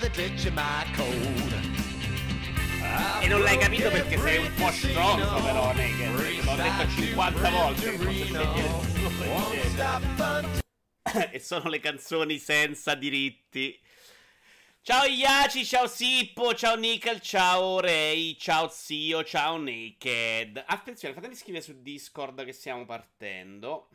E non l'hai capito perché sei un po' stronzo però, Naked. L'ho detto 50 volte. E sono le canzoni senza diritti. Ciao Iaci, ciao Sippo, ciao Nickel, ciao Ray, ciao Zio, ciao Naked. Attenzione, fatemi scrivere su Discord che stiamo partendo.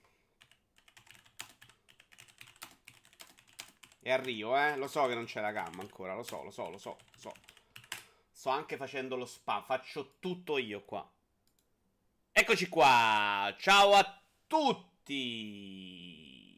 E arrivo, lo so che non c'è la gamma ancora, lo so. Sto anche facendo lo spam, faccio tutto io qua. Eccoci qua, ciao a tutti.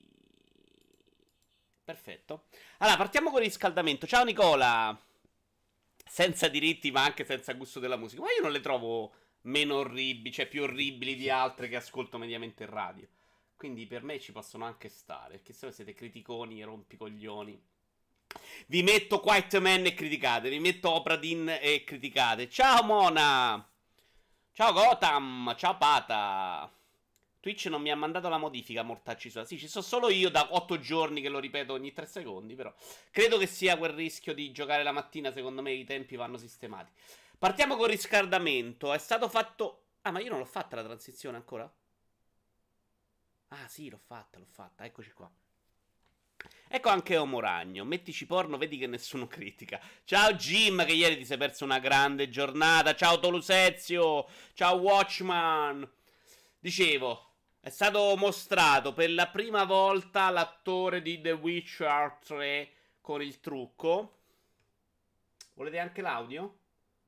Perfetto. Allora, partiamo con il riscaldamento. Ciao Nicola. Senza diritti, ma anche senza gusto della musica. Ma io non le trovo meno orribili, cioè più orribili di altre che ascolto mediamente in radio. Quindi per me ci possono anche stare. Perché se no siete criticoni e rompicoglioni. Vi metto Quiet Man e criticate. Vi metto Opradin e criticate. Ciao Mona. Ciao Gotham. Ciao Pata. Twitch non mi ha mandato la modifica mortacci sulla. Sì, ci sono solo io da 8 giorni che lo ripeto ogni 3 secondi, però credo che sia quel rischio di giocare la mattina, secondo me i tempi vanno sistemati. Partiamo col riscaldamento. È stato fatto... Ah, ma io non l'ho fatta la transizione ancora? Ah, sì, l'ho fatta, eccoci qua. Ecco anche Omo Ragno. Mettici porno, vedi che nessuno critica. Ciao Jim, che ieri ti sei perso una grande giornata. Ciao Tolusezio. Ciao Watchman. Dicevo... È stato mostrato per la prima volta l'attore di The Witcher 3 con il trucco. Volete anche l'audio?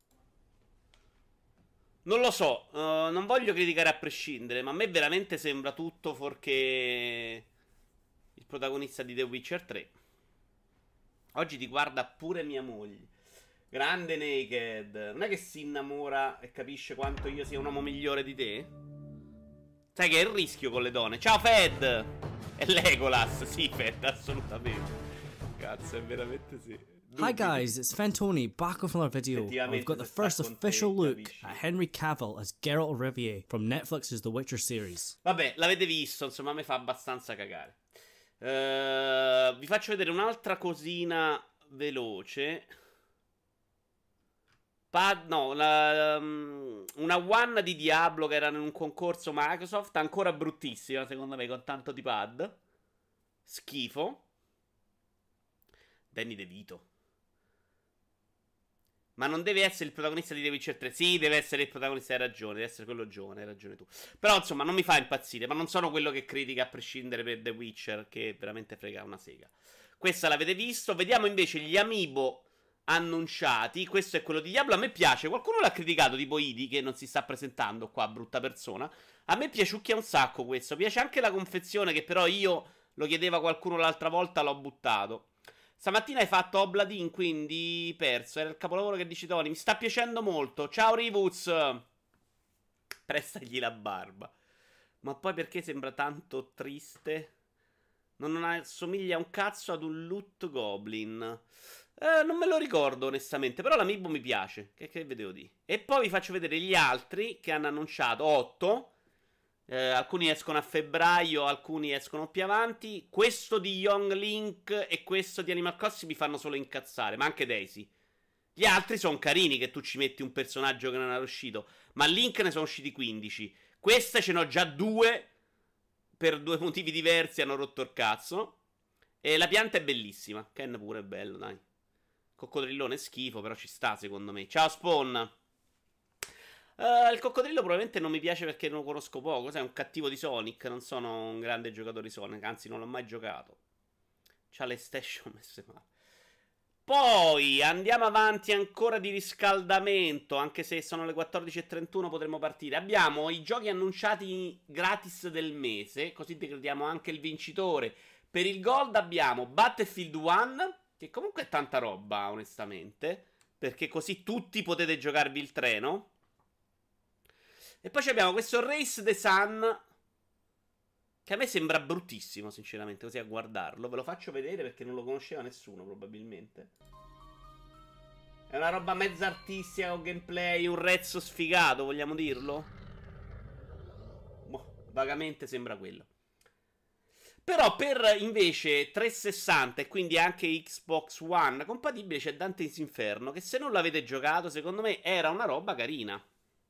Non lo so, non voglio criticare a prescindere, ma a me veramente sembra tutto fuorché il protagonista di The Witcher 3. Oggi ti guarda pure mia moglie. Grande Naked. Non è che si innamora e capisce quanto io sia un uomo migliore di te? Sai che è il rischio con le donne. Ciao Fed! È Legolas. Sì, Fed, assolutamente. Cazzo, è veramente sì. Hi guys, it's Fantoni, back with another video. We've got the first official look at Henry Cavill as Geralt of Rivia from Netflix's The Witcher series. Vabbè, l'avete visto, insomma, a me fa abbastanza cagare. Vi faccio vedere un'altra cosina veloce. Una one di Diablo che era in un concorso Microsoft, ancora bruttissima secondo me, con tanto di pad. Schifo. Danny DeVito. Ma non deve essere il protagonista di The Witcher 3. Sì, deve essere il protagonista, hai ragione. Deve essere quello giovane, hai ragione tu. Però insomma non mi fa impazzire. Ma non sono quello che critica a prescindere per The Witcher, che veramente frega una sega. Questa l'avete visto. Vediamo invece gli amiibo annunciati. Questo è quello di Diablo. A me piace. Qualcuno l'ha criticato, tipo Idi, che non si sta presentando qua, brutta persona. A me piaciucchia un sacco questo. Piace anche la confezione, che però io lo chiedeva qualcuno l'altra volta, l'ho buttato. Stamattina hai fatto Obladin, quindi perso. Era il capolavoro che dici Tony. Mi sta piacendo molto. Ciao Rivuz. Prestagli la barba. Ma poi perché sembra tanto triste? Non assomiglia un cazzo ad un loot goblin. Non me lo ricordo onestamente. Però l'amiibo mi piace. Che vedevo di. E poi vi faccio vedere gli altri che hanno annunciato. 8. Alcuni escono a febbraio, alcuni escono più avanti. Questo di Young Link e questo di Animal Crossing mi fanno solo incazzare. Ma anche Daisy. Gli altri sono carini, che tu ci metti un personaggio che non era uscito. Ma Link ne sono usciti 15. Queste ce n'ho già 2. Per 2 motivi diversi hanno rotto il cazzo. E la pianta è bellissima. Ken pure è bello, dai. Coccodrillone è schifo, però ci sta secondo me. Ciao Spawn. Il coccodrillo probabilmente non mi piace perché non lo conosco poco. Sai, è un cattivo di Sonic. Non sono un grande giocatore di Sonic. Anzi, non l'ho mai giocato. C'ha le station messe male. Poi andiamo avanti ancora di riscaldamento. Anche se sono le 14:31 potremmo partire. Abbiamo i giochi annunciati gratis del mese. Così decretiamo anche il vincitore. Per il Gold abbiamo Battlefield 1, che comunque è tanta roba, onestamente. Perché così tutti potete giocarvi il treno. E poi abbiamo questo Race the Sun, che a me sembra bruttissimo, sinceramente, così a guardarlo. Ve lo faccio vedere perché non lo conosceva nessuno, probabilmente. È una roba mezza artistica con gameplay, un rezzo sfigato, vogliamo dirlo? Boh, vagamente sembra quello. Però per invece 360 e quindi anche Xbox One compatibile c'è Dante's Inferno, che se non l'avete giocato, secondo me era una roba carina.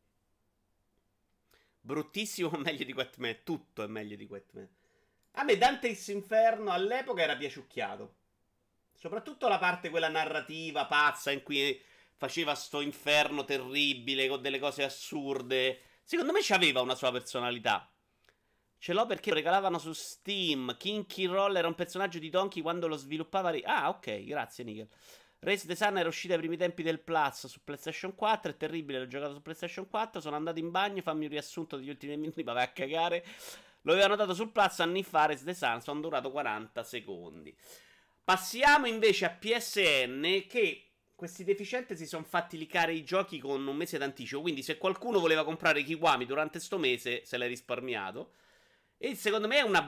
Bruttissimo, meglio di Quetman. Tutto è meglio di Quetman. A me Dante's Inferno all'epoca era piaciucchiato. Soprattutto la parte quella narrativa pazza in cui faceva sto inferno terribile con delle cose assurde. Secondo me c'aveva una sua personalità. Ce l'ho perché lo regalavano su Steam. Kinky Roll era un personaggio di Donkey quando lo sviluppava. Ah, ok, grazie, Nickel. Race the Sun era uscita ai primi tempi del Plus su PlayStation 4. È terribile, l'ho giocato su PlayStation 4. Sono andato in bagno, fammi un riassunto degli ultimi minuti. Ma vai a cagare. Lo avevano dato sul Plus anni fa. Race the Sun, sono durato 40 secondi. Passiamo invece a PSN, che questi deficienti si sono fatti licare i giochi con un mese d'anticipo. Quindi se qualcuno voleva comprare Kiwami durante sto mese, se l'hai risparmiato. E secondo me è un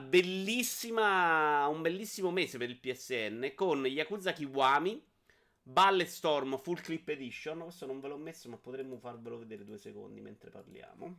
bellissimo mese per il PSN, con Yakuza Kiwami, Bulletstorm Full Clip Edition. Questo non ve l'ho messo, ma potremmo farvelo vedere 2 secondi mentre parliamo.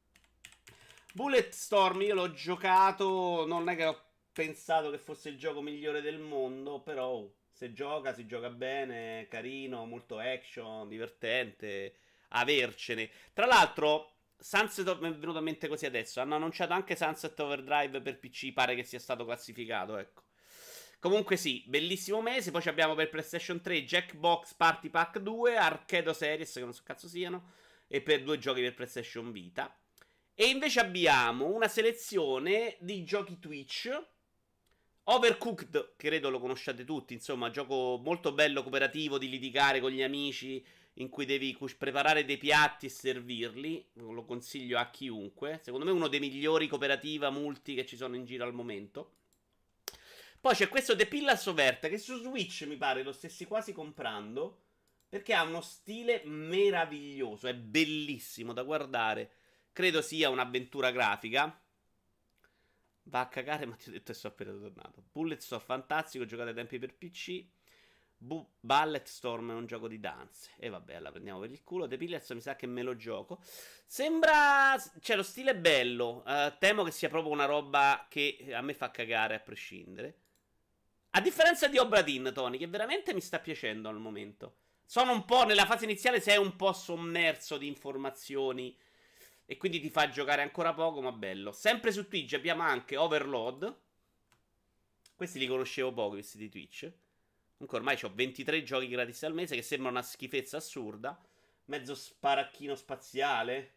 Bulletstorm io l'ho giocato, non è che ho pensato che fosse il gioco migliore del mondo, però se gioca, si gioca bene, carino, molto action, divertente, avercene. Tra l'altro Sunset mi è venuto a mente così adesso. Hanno annunciato anche Sunset Overdrive per PC. Pare che sia stato classificato, ecco. Comunque sì, bellissimo mese. Poi abbiamo per PlayStation 3 Jackbox Party Pack 2, Arcade Series, che non so cazzo siano, e per 2 giochi per PlayStation Vita. E invece abbiamo una selezione di giochi Twitch. Overcooked, credo lo conosciate tutti, insomma, gioco molto bello, cooperativo, di litigare con gli amici, in cui devi preparare dei piatti e servirli. Lo consiglio a chiunque. Secondo me è uno dei migliori cooperativa multi che ci sono in giro al momento. Poi c'è questo The Pillars of Earth, che su Switch mi pare lo stessi quasi comprando, perché ha uno stile meraviglioso, è bellissimo da guardare. Credo sia un'avventura grafica. Va a cagare, ma ti ho detto che sono appena tornato. Bulletstorm fantastico, giocate ai tempi per PC. Bulletstorm è un gioco di danze. E vabbè, la prendiamo per il culo. The Pillars mi sa che me lo gioco. Sembra... cioè, lo stile è bello. Temo che sia proprio una roba che a me fa cagare a prescindere. A differenza di Obra Dinn, Tony, che veramente mi sta piacendo al momento. Sono un po'... nella fase iniziale sei un po' sommerso di informazioni e quindi ti fa giocare ancora poco, ma bello. Sempre su Twitch abbiamo anche Overload. Questi li conoscevo poco, questi di Twitch. Comunque ormai ho 23 giochi gratis al mese, che sembra una schifezza assurda. Mezzo sparacchino spaziale,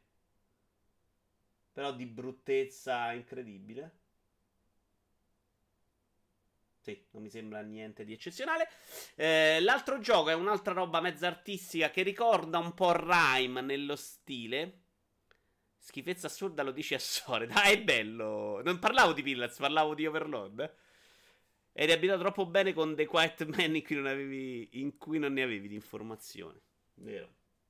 però di bruttezza incredibile. Sì, non mi sembra niente di eccezionale. L'altro gioco è un'altra roba mezza artistica che ricorda un po' Rime nello stile. Schifezza assurda lo dici a Sore. Dai, è bello. Non parlavo di Pillars, parlavo di Overlord. Ed è abitato troppo bene con The Quiet Man in cui non ne avevi di informazioni. Vero.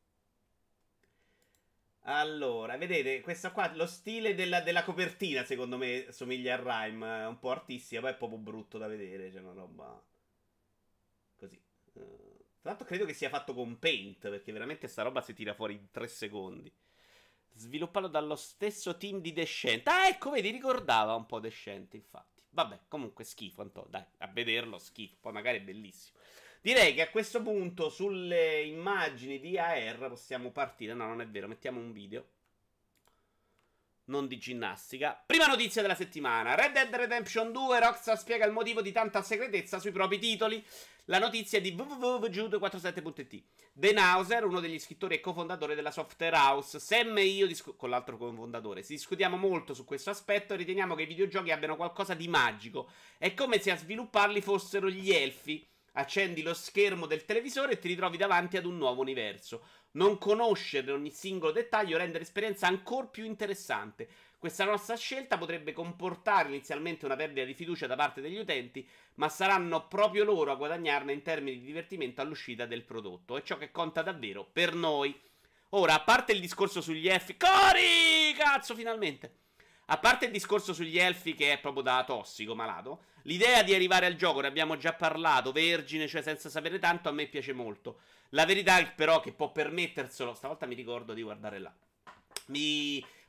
Allora, vedete, questa qua, lo stile della copertina, secondo me, somiglia a Rime. È un po' artistica, poi è proprio brutto da vedere. C'è una roba così. Tra l'altro credo che sia fatto con Paint, perché veramente sta roba si tira fuori in 3 secondi. Sviluppato dallo stesso team di Descent. Ah, ecco, vedi, ricordava un po' Descent, infatti. Vabbè, comunque schifo, Anto. Dai, a vederlo schifo. Poi magari è bellissimo. Direi che a questo punto sulle immagini di AR possiamo partire. No, non è vero, mettiamo un video. Non di ginnastica. Prima notizia della settimana. Red Dead Redemption 2. Rockstar spiega il motivo di tanta segretezza sui propri titoli. La notizia è di www.jude47.it. The Nauser, uno degli scrittori e cofondatori della Software House. Sam e io, con l'altro cofondatore, si discutiamo molto su questo aspetto e riteniamo che i videogiochi abbiano qualcosa di magico. È come se a svilupparli fossero gli elfi. Accendi lo schermo del televisore e ti ritrovi davanti ad un nuovo universo. Non conoscere ogni singolo dettaglio rende l'esperienza ancora più interessante. Questa nostra scelta potrebbe comportare inizialmente una perdita di fiducia da parte degli utenti, ma saranno proprio loro a guadagnarne in termini di divertimento all'uscita del prodotto. È ciò che conta davvero per noi. Ora, a parte il discorso sugli elfi... Cori! Cazzo, finalmente! A parte il discorso sugli elfi, che è proprio da tossico, malato, l'idea di arrivare al gioco, ne abbiamo già parlato, vergine, cioè senza sapere tanto, a me piace molto. La verità è però che può permetterselo, stavolta mi ricordo di guardare là,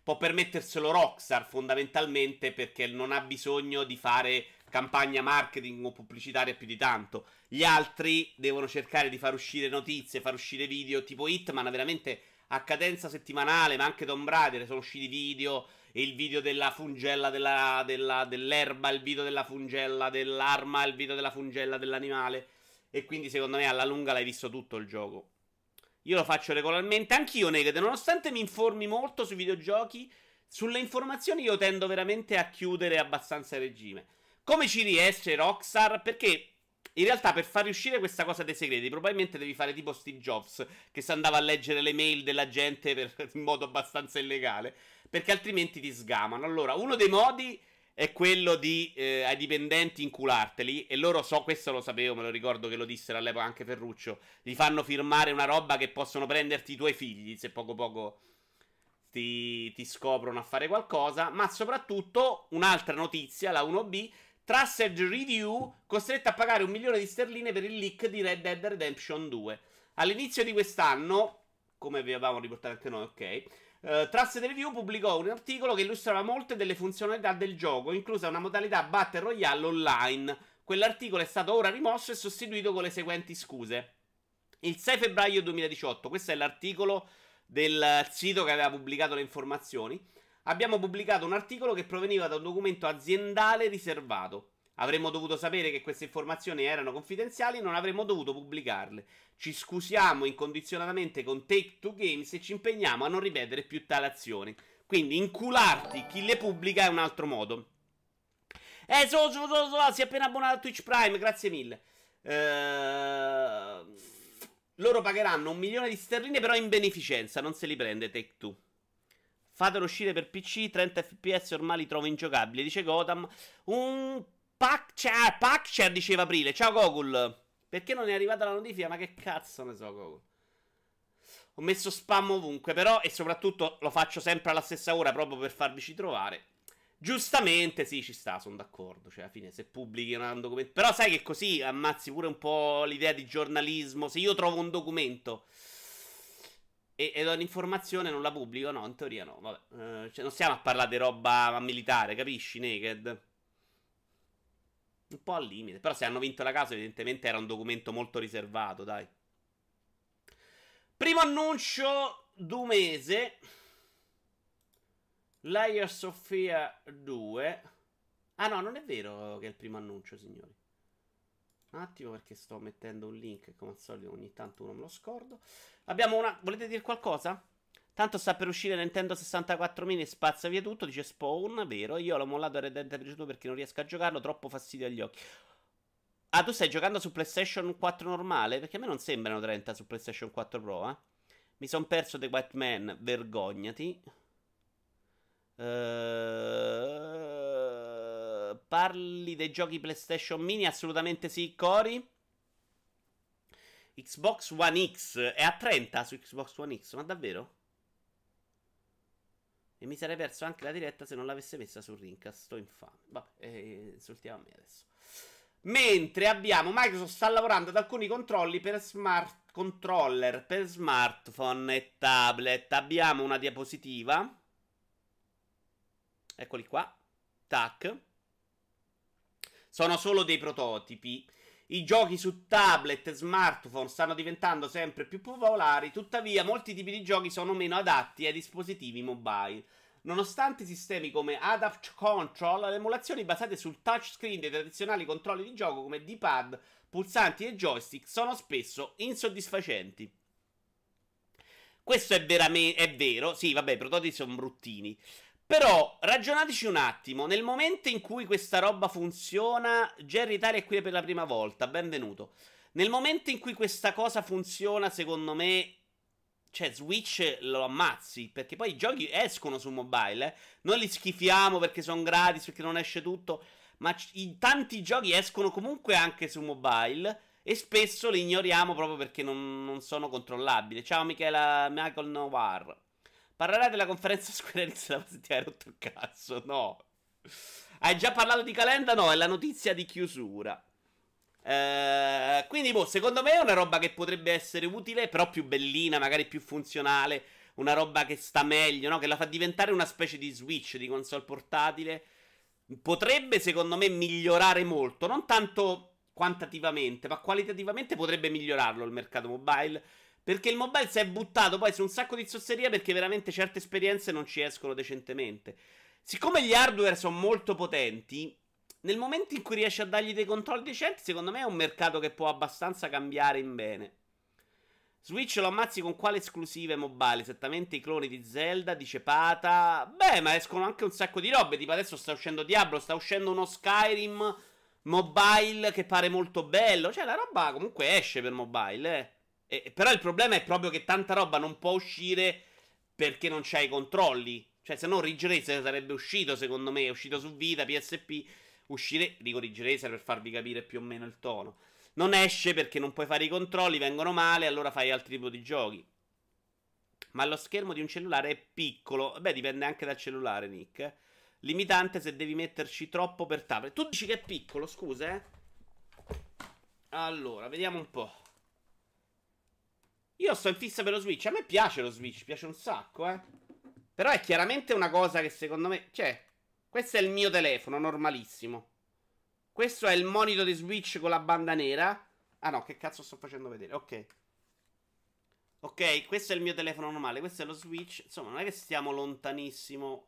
può permetterselo Rockstar fondamentalmente perché non ha bisogno di fare campagna marketing o pubblicitaria più di tanto. Gli altri devono cercare di far uscire notizie, far uscire video, tipo Hitman veramente a cadenza settimanale, ma anche Tomb Raider sono usciti video, e il video della fungella dell'erba, il video della fungella dell'arma, il video della fungella dell'animale, e quindi secondo me alla lunga l'hai visto tutto il gioco. Io lo faccio regolarmente, anch'io Naked, nonostante mi informi molto sui videogiochi, sulle informazioni io tendo veramente a chiudere abbastanza il regime. Come ci riesce Rockstar? Perché in realtà per far riuscire questa cosa dei segreti probabilmente devi fare tipo Steve Jobs, che si andava a leggere le mail della gente in modo abbastanza illegale, perché altrimenti ti sgamano. Allora, uno dei modi è quello di ai dipendenti incularteli, e loro questo lo sapevo, me lo ricordo che lo dissero all'epoca anche Ferruccio, gli fanno firmare una roba che possono prenderti i tuoi figli se poco poco ti scoprono a fare qualcosa. Ma soprattutto un'altra notizia, la 1B, Trusted Review costretta a pagare 1 milione di sterline per il leak di Red Dead Redemption 2. All'inizio di quest'anno, come vi avevamo riportato anche noi, ok, Trusted Review pubblicò un articolo che illustrava molte delle funzionalità del gioco, inclusa una modalità Battle Royale online. Quell'articolo è stato ora rimosso e sostituito con le seguenti scuse. Il 6 febbraio 2018, questo è l'articolo del sito che aveva pubblicato le informazioni, abbiamo pubblicato un articolo che proveniva da un documento aziendale riservato. Avremmo dovuto sapere che queste informazioni erano confidenziali, non avremmo dovuto pubblicarle. Ci scusiamo incondizionatamente con Take-Two Games e ci impegniamo a non ripetere più tali azioni. Quindi incularti chi le pubblica è un altro modo. Si è appena abbonato a Twitch Prime, grazie mille. Loro pagheranno 1 milione di sterline, però in beneficenza, non se li prende Take-Two. Fatelo uscire per PC, 30 fps ormai li trovo ingiocabili, dice Gotham. Un Packcher diceva aprile. Ciao Gogul. Perché non è arrivata la notifica? Ma che cazzo ne so, Gogul. Ho messo spam ovunque, però, e soprattutto lo faccio sempre alla stessa ora proprio per farvici trovare. Giustamente, sì, ci sta, sono d'accordo. Cioè, alla fine, se pubblichi un documento... Però sai che così ammazzi pure un po' l'idea di giornalismo. Se io trovo un documento... E l'informazione non la pubblico? No, in teoria no. Vabbè. Non stiamo a parlare di roba militare, capisci, Naked? Un po' al limite. Però se hanno vinto la causa, evidentemente era un documento molto riservato, dai. Primo annuncio Dumese. Layers of Fear 2. Ah no, non è vero che è il primo annuncio, signori. Un attimo, perché sto mettendo un link, come al solito ogni tanto uno me lo scordo. Abbiamo una... Volete dire qualcosa? Tanto sta per uscire Nintendo 64 mini e spazza via tutto, dice Spawn, vero? Io l'ho mollato Red Dead Redemption 2 perché non riesco a giocarlo, troppo fastidio agli occhi. Ah, tu stai giocando su PlayStation 4 normale? Perché a me non sembrano 30 su PlayStation 4 Pro, eh? Mi son perso The White Man, vergognati. Parli dei giochi PlayStation Mini? Assolutamente sì, Cori. Xbox One X è a 30 su Xbox One X, ma davvero? E mi sarei perso anche la diretta se non l'avesse messa su Rincast. Sto infame. Vabbè, insultiamo a me adesso. Mentre abbiamo Microsoft sta lavorando ad alcuni controlli per smart controller per smartphone e tablet. Abbiamo una diapositiva. Eccoli qua. Tac. Sono solo dei prototipi. I giochi su tablet e smartphone stanno diventando sempre più popolari, tuttavia molti tipi di giochi sono meno adatti ai dispositivi mobile. Nonostante sistemi come Adapt Control, le emulazioni basate sul touchscreen dei tradizionali controlli di gioco come D-pad, pulsanti e joystick sono spesso insoddisfacenti. Questo è vero, sì, vabbè, i prototipi sono bruttini. Però ragionateci un attimo, nel momento in cui questa roba funziona, Jerry Italia è qui per la prima volta, benvenuto. Nel momento in cui questa cosa funziona, secondo me, cioè Switch lo ammazzi, perché poi i giochi escono su mobile, Noi li schifiamo perché sono gratis, perché non esce tutto, ma tanti giochi escono comunque anche su mobile e spesso li ignoriamo proprio perché non sono controllabili. Ciao Michael Noir. Parlerai della conferenza Square Enix la settimana, hai rotto il cazzo, no. Hai già parlato di Calenda? No, è la notizia di chiusura. Quindi, secondo me è una roba che potrebbe essere utile, però più bellina, magari più funzionale. una roba che sta meglio, no? Che la fa diventare una specie di Switch, di console portatile. Potrebbe, secondo me, migliorare molto. Non tanto quantitativamente, ma qualitativamente potrebbe migliorarlo il mercato mobile. Perché il mobile si è buttato poi su un sacco di zozzeria perché veramente certe esperienze non ci escono decentemente. Siccome gli hardware sono molto potenti, nel momento in cui riesci a dargli dei controlli decenti, secondo me è un mercato che può abbastanza cambiare in bene. Switch lo ammazzi con quale esclusive mobile? Esattamente i cloni di Zelda, dice Pata. Beh, ma escono anche un sacco di robe. Tipo adesso sta uscendo Diablo, sta uscendo uno Skyrim mobile che pare molto bello. Cioè la roba comunque esce per mobile, però il problema è proprio che tanta roba non può uscire perché non c'hai i controlli. Cioè se no Ridge Racer sarebbe uscito, secondo me. È uscito su Vita, PSP. Uscire, dico Ridge Racer per farvi capire più o meno il tono. Non esce perché non puoi fare i controlli, vengono male, allora fai altri tipi di giochi. Ma lo schermo di un cellulare è piccolo. Beh, dipende anche dal cellulare, Nick. Limitante se devi metterci troppo per tablet. Tu dici che è piccolo, scusa, Allora, vediamo un po'. Io sto in fissa per lo Switch. A me piace lo Switch, piace un sacco, Però è chiaramente una cosa che secondo me... Cioè, questo è il mio telefono, normalissimo. Questo è il monitor di Switch con la banda nera. Ah no, che cazzo sto facendo vedere? Ok. Ok, questo è il mio telefono normale. Questo è lo Switch. Insomma, non è che stiamo lontanissimo.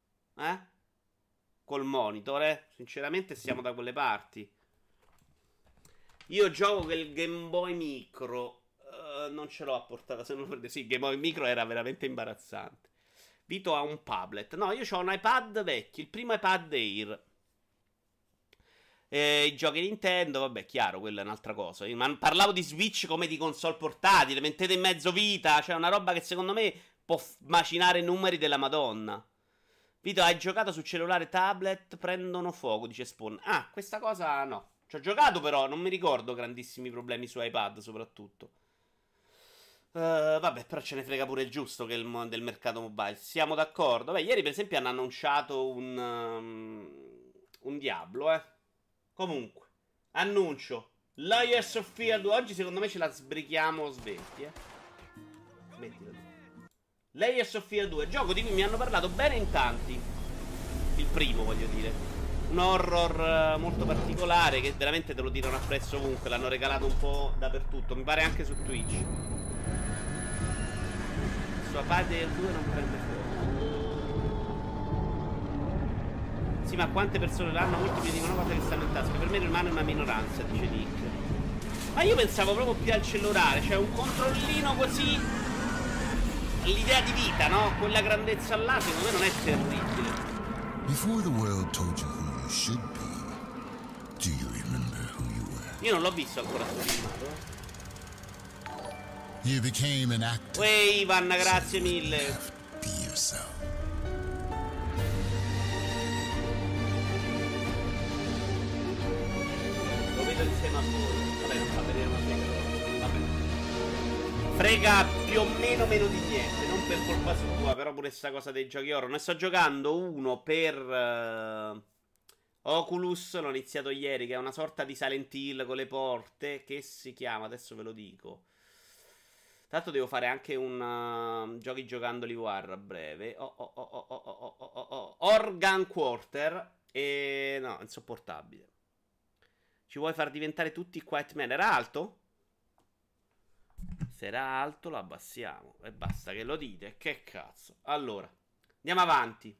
Col monitor, Sinceramente stiamo da quelle parti. Io gioco che il Game Boy Micro. Non ce l'ho a portata. Se non prende. Sì, il Game Boy Micro era veramente imbarazzante. Vito ha un tablet. No, io ho un iPad vecchio. Il primo iPad Air. I giochi Nintendo, vabbè, chiaro, quella è un'altra cosa. Ma parlavo di Switch come di console portatile. Mettete in mezzo Vita. Cioè, una roba che secondo me può macinare i numeri della Madonna. Vito, hai giocato su cellulare, tablet? Prendono fuoco, dice Spawn. Ah, questa cosa no. Ci ho giocato, però non mi ricordo grandissimi problemi su iPad, soprattutto. Vabbè, però ce ne frega pure il giusto che del mercato mobile. Siamo d'accordo. Beh, ieri, per esempio, hanno annunciato un Diablo, Comunque, annuncio Layers of Fear 2. Oggi secondo me ce la sbrichiamo svelti, Smettila tu. Layers of Fear 2, gioco di cui mi hanno parlato bene in tanti. Il primo, voglio dire. Un horror molto particolare che veramente te lo tirano appresso ovunque. L'hanno regalato un po' dappertutto. Mi pare anche su Twitch. Sua parte del 2 non prende fuoco. Sì, ma quante persone l'hanno? Molti mi dicono cose che stanno in tasca. Per me rimane una minoranza, dice Nick. Ma io pensavo proprio più al cellulare. Cioè un controllino così. L'idea di vita, no? Quella grandezza là, secondo me non è terribile. Before the world told you who you should be, do you remember who you were? Io non l'ho visto ancora sto filmato. You became an actor. Uè, Ivan, grazie mille. Be yourself. Lo vedo insieme a voi. Vabbè, non fa vedere una frega. Vabbè. Frega più o meno di niente. Non per colpa sua, però pure sta cosa dei giochi horror. Ne sto giocando uno per Oculus. L'ho iniziato ieri, che è una sorta di Silent Hill con le porte. Che si chiama, adesso ve lo dico. Tanto devo fare anche un giochi giocandoli VR a breve. Organ Quarter. E no, insopportabile. Ci vuoi far diventare tutti Quiet Man? Era alto? Se era alto lo abbassiamo. E basta che lo dite. Che cazzo. Allora, andiamo avanti.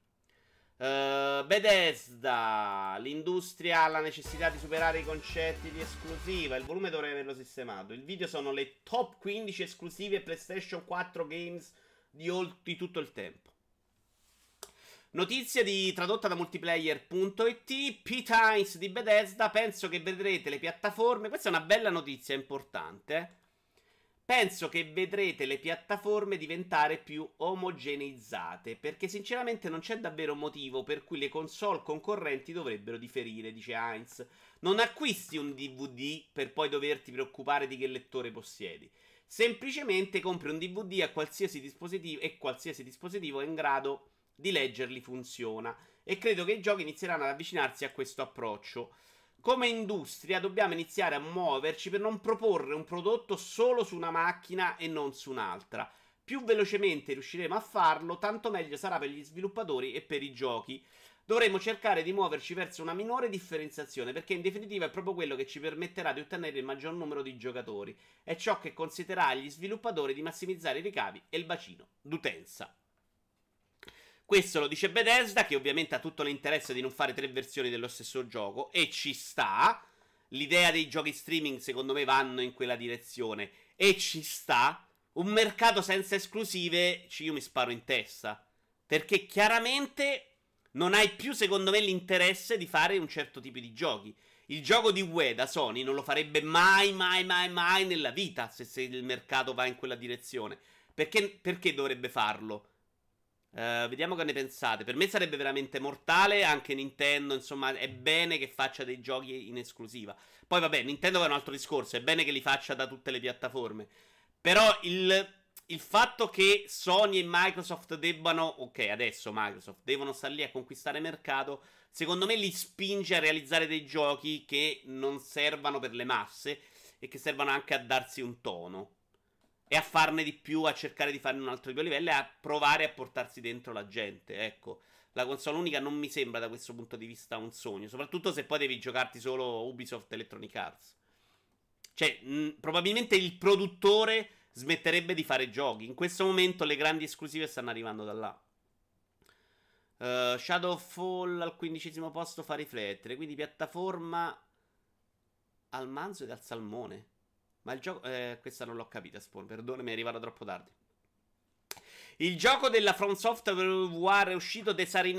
Bethesda. L'industria ha la necessità di superare i concetti di esclusiva. Il volume dovrei averlo sistemato. Il video sono le top 15 esclusive PlayStation 4 games di tutto il tempo. Notizia tradotta da multiplayer.it. Pete Hines di Bethesda. Penso che vedrete le piattaforme. Questa è una bella notizia importante. Penso che vedrete le piattaforme diventare più omogeneizzate, perché sinceramente non c'è davvero motivo per cui le console concorrenti dovrebbero differire, dice Hines. Non acquisti un DVD per poi doverti preoccupare di che lettore possiedi. Semplicemente compri un DVD a qualsiasi dispositivo e qualsiasi dispositivo è in grado di leggerli funziona. E credo che i giochi inizieranno ad avvicinarsi a questo approccio. Come industria dobbiamo iniziare a muoverci per non proporre un prodotto solo su una macchina e non su un'altra. più velocemente riusciremo a farlo, tanto meglio sarà per gli sviluppatori e per i giochi. Dovremo cercare di muoverci verso una minore differenziazione, perché in definitiva è proprio quello che ci permetterà di ottenere il maggior numero di giocatori. È ciò che consentirà agli sviluppatori di massimizzare i ricavi e il bacino d'utenza. Questo lo dice Bethesda, che ovviamente ha tutto l'interesse di non fare 3 versioni dello stesso gioco, e ci sta. L'idea dei giochi streaming secondo me vanno in quella direzione, e ci sta. Un mercato senza esclusive, io mi sparo in testa, perché chiaramente non hai più, secondo me, l'interesse di fare un certo tipo di giochi. Il gioco di Ueda, Sony, non lo farebbe mai nella vita se il mercato va in quella direzione. Perché dovrebbe farlo? Vediamo che ne pensate. Per me sarebbe veramente mortale. Anche Nintendo, insomma, è bene che faccia dei giochi in esclusiva. Poi vabbè, Nintendo è un altro discorso. È bene che li faccia da tutte le piattaforme. Però il fatto che Sony e Microsoft debbano, ok, adesso Microsoft devono stare lì a conquistare mercato, secondo me li spinge a realizzare dei giochi che non servano per le masse e che servano anche a darsi un tono e a farne di più, a cercare di farne un altro tipo di livello e a provare a portarsi dentro la gente. Ecco, la console unica non mi sembra da questo punto di vista un sogno, soprattutto se poi devi giocarti solo Ubisoft Electronic Arts. Cioè, probabilmente il produttore smetterebbe di fare giochi. In questo momento le grandi esclusive stanno arrivando da là. Shadowfall al 15° posto fa riflettere. Quindi piattaforma al manzo ed al salmone. Ma il gioco... questa non l'ho capita, Spawn. Perdone, mi è arrivata troppo tardi. Il gioco della From Software War è uscito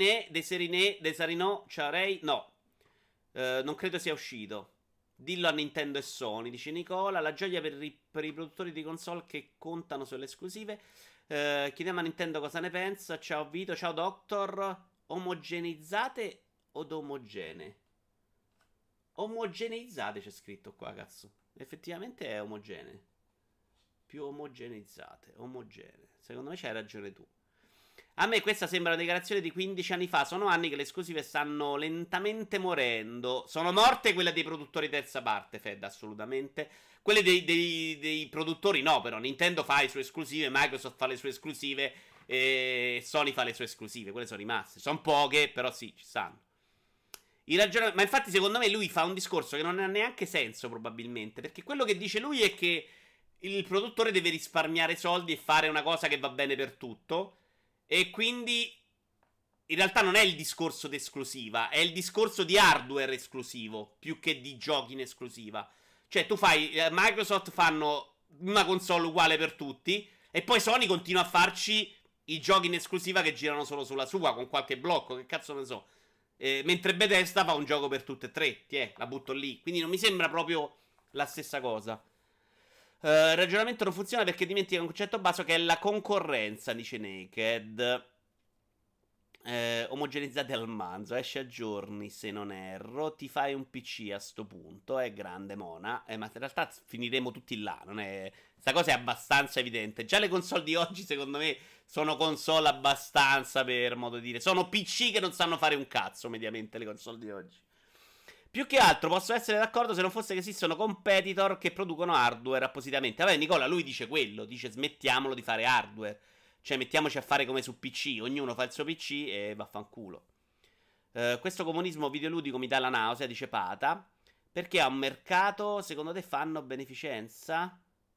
Deserinò, Ciarei? No. Non credo sia uscito. Dillo a Nintendo e Sony, dice Nicola. La gioia per i produttori di console che contano sulle esclusive. Chiediamo a Nintendo cosa ne pensa. Ciao Vito, ciao Doctor. Omogeneizzate od omogenee? Omogeneizzate c'è scritto qua, cazzo. Effettivamente è omogenee. Più omogeneizzate, omogenee. Secondo me c'hai ragione tu. A me questa sembra una dichiarazione di 15 anni fa. Sono anni che le esclusive stanno lentamente morendo. Sono morte quelle dei produttori terza parte, Fed, assolutamente. Quelle dei produttori no, però. Nintendo fa le sue esclusive, Microsoft fa le sue esclusive e Sony fa le sue esclusive. Quelle sono rimaste. Sono poche, però sì, ci stanno. Ma infatti secondo me lui fa un discorso che non ha neanche senso probabilmente. Perché quello che dice lui è che il produttore deve risparmiare soldi e fare una cosa che va bene per tutto. E quindi in realtà non è il discorso di esclusiva, è il discorso di hardware esclusivo più che di giochi in esclusiva. Cioè tu fai, Microsoft fanno una console uguale per tutti e poi Sony continua a farci i giochi in esclusiva che girano solo sulla sua con qualche blocco, che cazzo ne so. Mentre Bethesda fa un gioco per tutte e tre, la butto lì. Quindi non mi sembra proprio la stessa cosa. Il ragionamento non funziona perché dimentica un concetto base che è la concorrenza, dice Naked. Omogenizzate al manzo, esce a giorni se non erro, ti fai un PC a sto punto, è grande Mona, ma in realtà finiremo tutti là, non è... Sta cosa è abbastanza evidente. Già le console di oggi secondo me sono console abbastanza, per modo di dire, sono PC che non sanno fare un cazzo mediamente le console di oggi. Più che altro posso essere d'accordo se non fosse che esistono competitor che producono hardware appositamente. Vabbè, Nicola, lui dice quello, dice smettiamolo di fare hardware. Cioè mettiamoci a fare come su PC, ognuno fa il suo PC e vaffanculo. Questo comunismo videoludico mi dà la nausea, dice Pata. Perché a un mercato, secondo te, fanno beneficenza?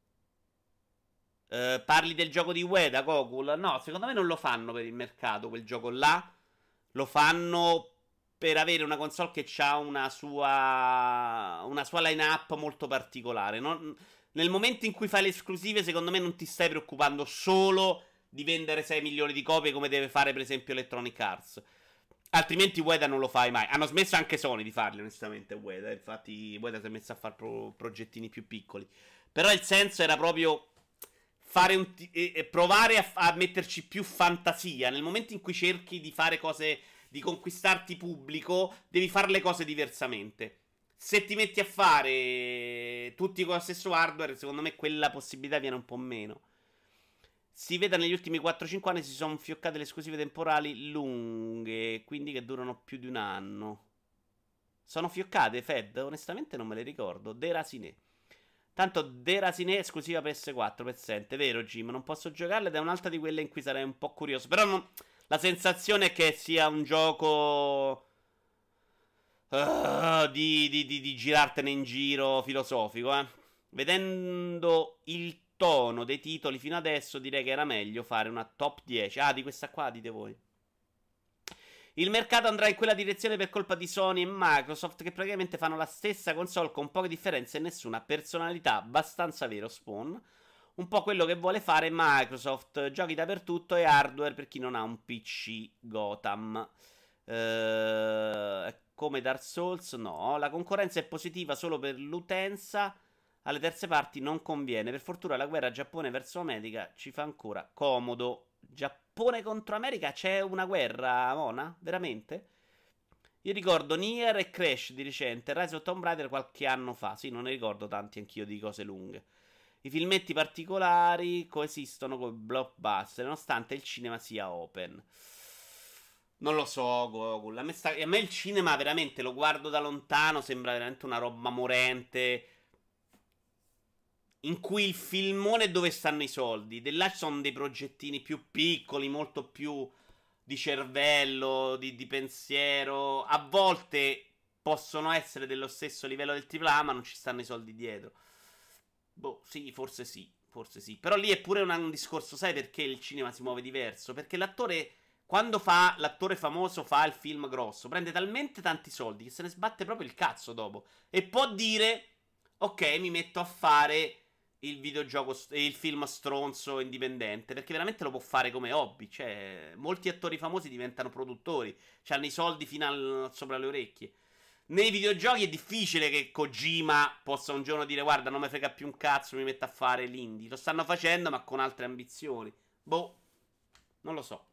Parli del gioco di Ueda, Gokul? No, secondo me non lo fanno per il mercato, quel gioco là. Lo fanno per avere una console che ha una sua line-up molto particolare. Nel momento in cui fai le esclusive, secondo me non ti stai preoccupando solo di vendere 6 milioni di copie come deve fare per esempio Electronic Arts. Altrimenti Ueda non lo fai mai. Hanno smesso anche Sony di farli, onestamente, Ueda. Infatti Ueda si è messo a fare progettini più piccoli. Però il senso era proprio fare provare a metterci più fantasia. Nel momento in cui cerchi di fare cose, di conquistarti pubblico, devi fare le cose diversamente. Se ti metti a fare tutti con lo stesso hardware, secondo me quella possibilità viene un po' meno. Si vede negli ultimi 4-5 anni si sono fioccate le esclusive temporali lunghe, quindi che durano più di un anno. Sono fioccate, Fed? Onestamente non me le ricordo. De Rasiné. Tanto Derasine esclusiva PS4 presente, vero Jim? Non posso giocarla ed è un'altra di quelle in cui sarei un po' curioso. Però la sensazione è che sia un gioco di girartene in giro filosofico, eh. Vedendo il tono dei titoli fino adesso, direi che era meglio fare una top 10. Ah, di questa qua dite voi. Il mercato andrà in quella direzione per colpa di Sony e Microsoft, che praticamente fanno la stessa console con poche differenze e nessuna personalità. Abbastanza vero, Spawn. Un po' quello che vuole fare Microsoft. Giochi dappertutto e hardware per chi non ha un PC Gotham. Come Dark Souls, no. La concorrenza è positiva solo per l'utenza. Alle terze parti non conviene. Per fortuna la guerra Giappone verso America ci fa ancora comodo. Giappone contro America? C'è una guerra, Mona? Veramente? Io ricordo Nier e Crash di recente, Rise of Tomb Raider qualche anno fa. Sì, non ne ricordo tanti anch'io di cose lunghe. I filmetti particolari coesistono con blockbuster, nonostante il cinema sia open. Non lo so, Gokul. A me il cinema veramente lo guardo da lontano, sembra veramente una roba morente, in cui il filmone è dove stanno i soldi. De là sono dei progettini più piccoli, molto più di cervello, di pensiero. A volte possono essere dello stesso livello del AAA, ma non ci stanno i soldi dietro. Boh, sì, forse sì, forse sì. Però lì è pure un discorso, sai perché il cinema si muove diverso? Perché l'attore, quando fa l'attore famoso, fa il film grosso, prende talmente tanti soldi che se ne sbatte proprio il cazzo dopo. E può dire, ok, mi metto a fare il videogioco, il film stronzo indipendente, perché veramente lo può fare come hobby. Cioè, molti attori famosi diventano produttori, hanno i soldi fino sopra le orecchie. Nei videogiochi è difficile che Kojima possa un giorno dire guarda, non mi frega più un cazzo, mi metto a fare l'indie. Lo stanno facendo ma con altre ambizioni. Boh, non lo so.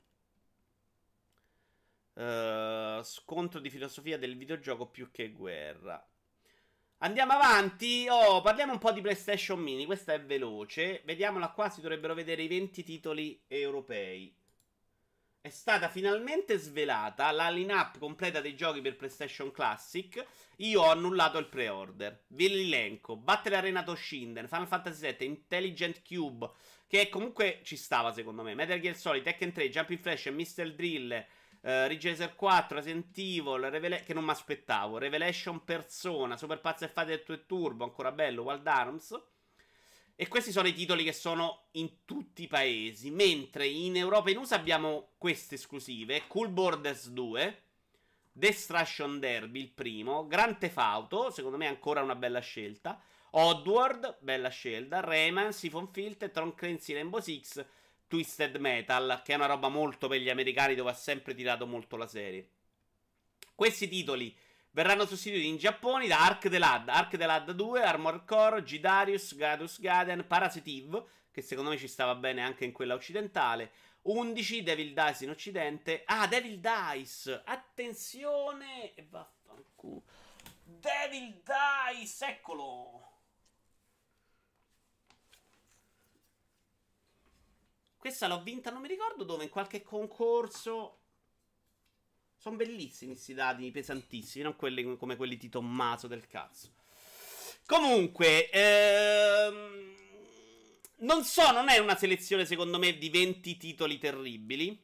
Scontro di filosofia del videogioco più che guerra. Andiamo avanti. Parliamo un po' di PlayStation Mini. Questa è veloce. Vediamola qua. Si dovrebbero vedere i 20 titoli europei. È stata finalmente svelata la line-up completa dei giochi per PlayStation Classic. Io ho annullato il pre-order. Vi elenco: Battle Arena Toshinden, Final Fantasy VII, Intelligent Cube, che comunque ci stava secondo me, Metal Gear Solid, Tekken 3, Jumping Flash, Mr. Drill, Ridge Racer 4, Resident Evil, che non mi aspettavo, Revelation Persona, Super Pazzo e Fighter 2 Turbo, ancora bello, Wild Arms. E questi sono i titoli che sono in tutti i paesi. Mentre in Europa e in USA abbiamo queste esclusive: Cool Borders 2, Destruction Derby il primo, Grand Theft Auto, secondo me è ancora una bella scelta, Oddworld, bella scelta, Rayman, Siphon Filter, Tom Clancy Rainbow Six, Twisted Metal, che è una roba molto per gli americani, dove ha sempre tirato molto la serie. Questi titoli verranno sostituiti in Giappone da Ark the Lad 2, Armored Core, Gidarius, Gadus Gaiden, Parasite Eve, che secondo me ci stava bene anche in quella occidentale, 11, Devil Dice in occidente. Ah, Devil Dice, attenzione, e vaffanculo, Devil Dice, eccolo. Questa l'ho vinta, non mi ricordo dove, in qualche concorso. Sono bellissimi questi dati, pesantissimi, non quelli come quelli di Tommaso del cazzo. Comunque, non so, non è una selezione secondo me di 20 titoli terribili.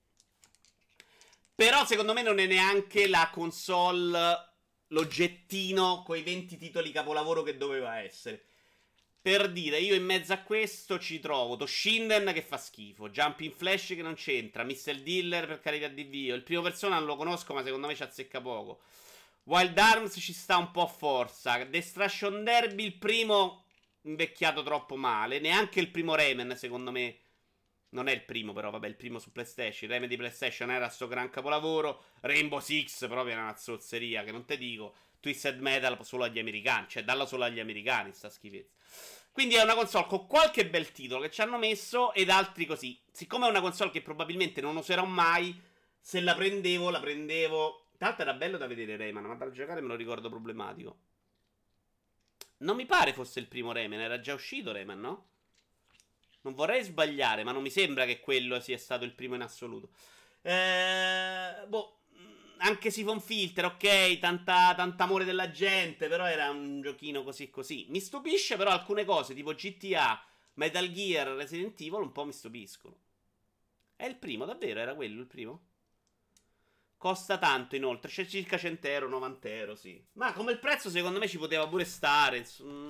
Però secondo me non è neanche la console, l'oggettino con i 20 titoli capolavoro che doveva essere. Per dire, io in mezzo a questo ci trovo Toshinden che fa schifo, Jumping Flash che non c'entra, Mr. Dealer per carità di Dio, il primo Persona non lo conosco ma secondo me ci azzecca poco, Wild Arms ci sta un po' a forza, Destruction Derby il primo invecchiato troppo male, neanche il primo Rayman secondo me, non è il primo però, vabbè il primo su PlayStation, il Rayman di PlayStation era sto gran capolavoro, Rainbow Six proprio era una zozzeria che non te dico, Twisted Metal solo agli americani, cioè dalla solo agli americani sta schifezza. Quindi è una console con qualche bel titolo che ci hanno messo ed altri così. Siccome è una console che probabilmente non userò mai, se la prendevo, la prendevo. Tra l'altro era bello da vedere Rayman, ma da giocare me lo ricordo problematico. Non mi pare fosse il primo Rayman, era già uscito Rayman, no? Non vorrei sbagliare, ma non mi sembra che quello sia stato il primo in assoluto. Boh. anche Siphon Filter, ok, tanta amore della gente, però era un giochino così così. Mi stupisce però alcune cose, tipo GTA, Metal Gear, Resident Evil, un po' mi stupiscono. È il primo, davvero? Era quello il primo? Costa tanto inoltre, c'è circa 100 euro, 90 euro, sì. Ma come il prezzo secondo me ci poteva pure stare.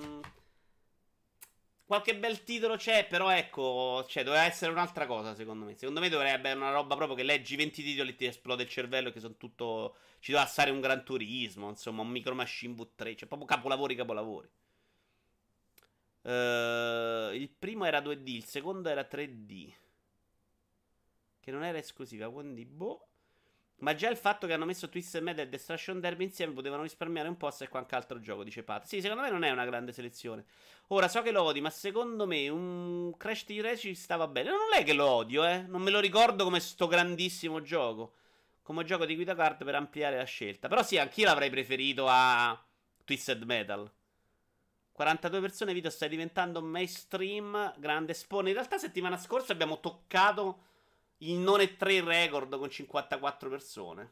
Qualche bel titolo c'è, però ecco, cioè doveva essere un'altra cosa secondo me. Secondo me dovrebbe essere una roba proprio che leggi 20 titoli e ti esplode il cervello, che sono tutto... Ci doveva stare un Gran Turismo, insomma, un Micro Machine V3, cioè proprio capolavori. Il primo era 2D, il secondo era 3D. Che non era esclusiva, quindi boh. Ma già il fatto che hanno messo Twisted Metal e Destruction Derby insieme potevano risparmiare un po' se qualche altro gioco, dice Pat. Sì, secondo me non è una grande selezione. Ora, so che lo odi, ma secondo me un Crash Team Racing ci stava bene. Non è che lo odio, non me lo ricordo come sto grandissimo gioco. Come gioco di guida kart per ampliare la scelta. Però sì, anch'io l'avrei preferito a Twisted Metal. 42 persone, video, stai diventando mainstream, grande spawn. In realtà settimana scorsa abbiamo toccato il non è 3 record con 54 persone.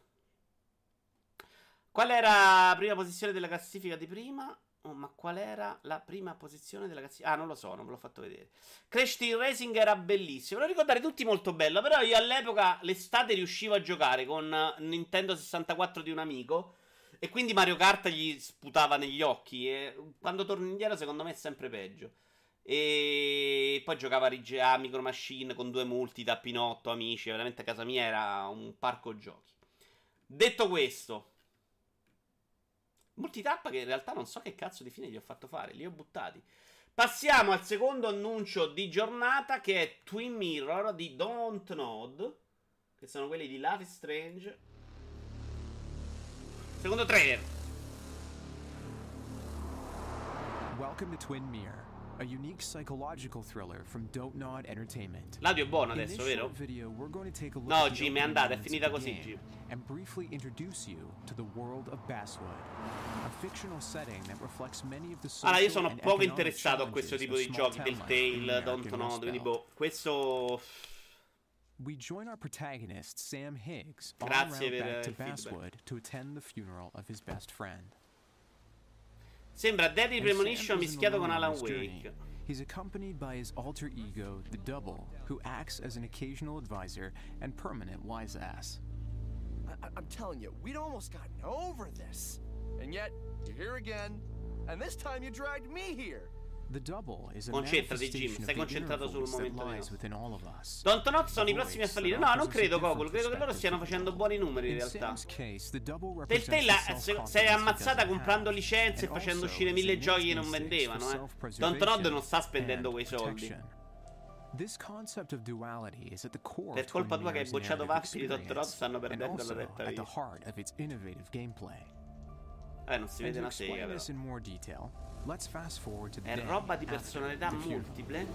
Qual era la prima posizione della classifica di prima? Oh, ma qual era la prima posizione della classifica? Ah, non lo so, non ve l'ho fatto vedere. Crash Team Racing era bellissimo. Lo ricordate tutti molto bello. Però io all'epoca l'estate riuscivo a giocare con Nintendo 64 di un amico. E quindi Mario Kart gli sputava negli occhi. E quando torno indietro, secondo me è sempre peggio. E poi giocava a Micro Machine con 2 multi da Pinotto, amici. Veramente a casa mia era un parco giochi. Detto questo, multitappa che in realtà non so che cazzo di fine gli ho fatto fare. Li ho buttati. Passiamo al secondo annuncio di giornata, che è Twin Mirror di Dontnod, che sono quelli di Life is Strange. Secondo trailer. Welcome to Twin Mirror, a unique psychological thriller from Dontnod Entertainment. L'audio è buono adesso, vero? No, Jim, è andata, è finita così, Jim. And briefly introduce you to the world of Basswood, a fictional setting that reflects many of the social. Allora, io sono poco interessato a questo tipo di giochi, Telltale, Dontnod, quindi boh, questo... We join our protagonist, Sam Higgs, on Grazie route per back to il feedback. Basswood to attend the funeral of his best friend. Sembra Deadly And Premonition Sam isn't mischiato con alone on Alan his journey. Wake. He's accompanied by his alter ego, the Double, who acts as an occasional advisor and permanent wise ass. I'm telling you, we'd almost gotten over this. And yet, you're here again, and this time you dragged me here. The Double is a Concentrati, Jim, manifestation of stai the concentrato sul inner voice that momento lies vero. within all of us. Dontnod sono i A prossimi a voice fallire. that No, non offers a credo, different Gogol. Credo che loro perspective stiano to the facendo world. buoni numeri in In realtà. Sam's case, the Double represents Telltale the si è self-confidence he ammazzata doesn't comprando have, licenze e and facendo also uscire his 1000 giochi che non innate vendevano, instincts eh. for Dontnod self-preservation non sta spendendo and quei soldi. protection. This concept of duality is at the core Per of colpa Twin tua che hai Mirror's bocciato narrative Vampiri, Dontnod experience, stanno and perdendo la also retta at the via. heart of its innovative gameplay. Non si And vede to una sega explain però. this in more detail, let's fast forward to the È day roba di after personalità the funeral. multiple.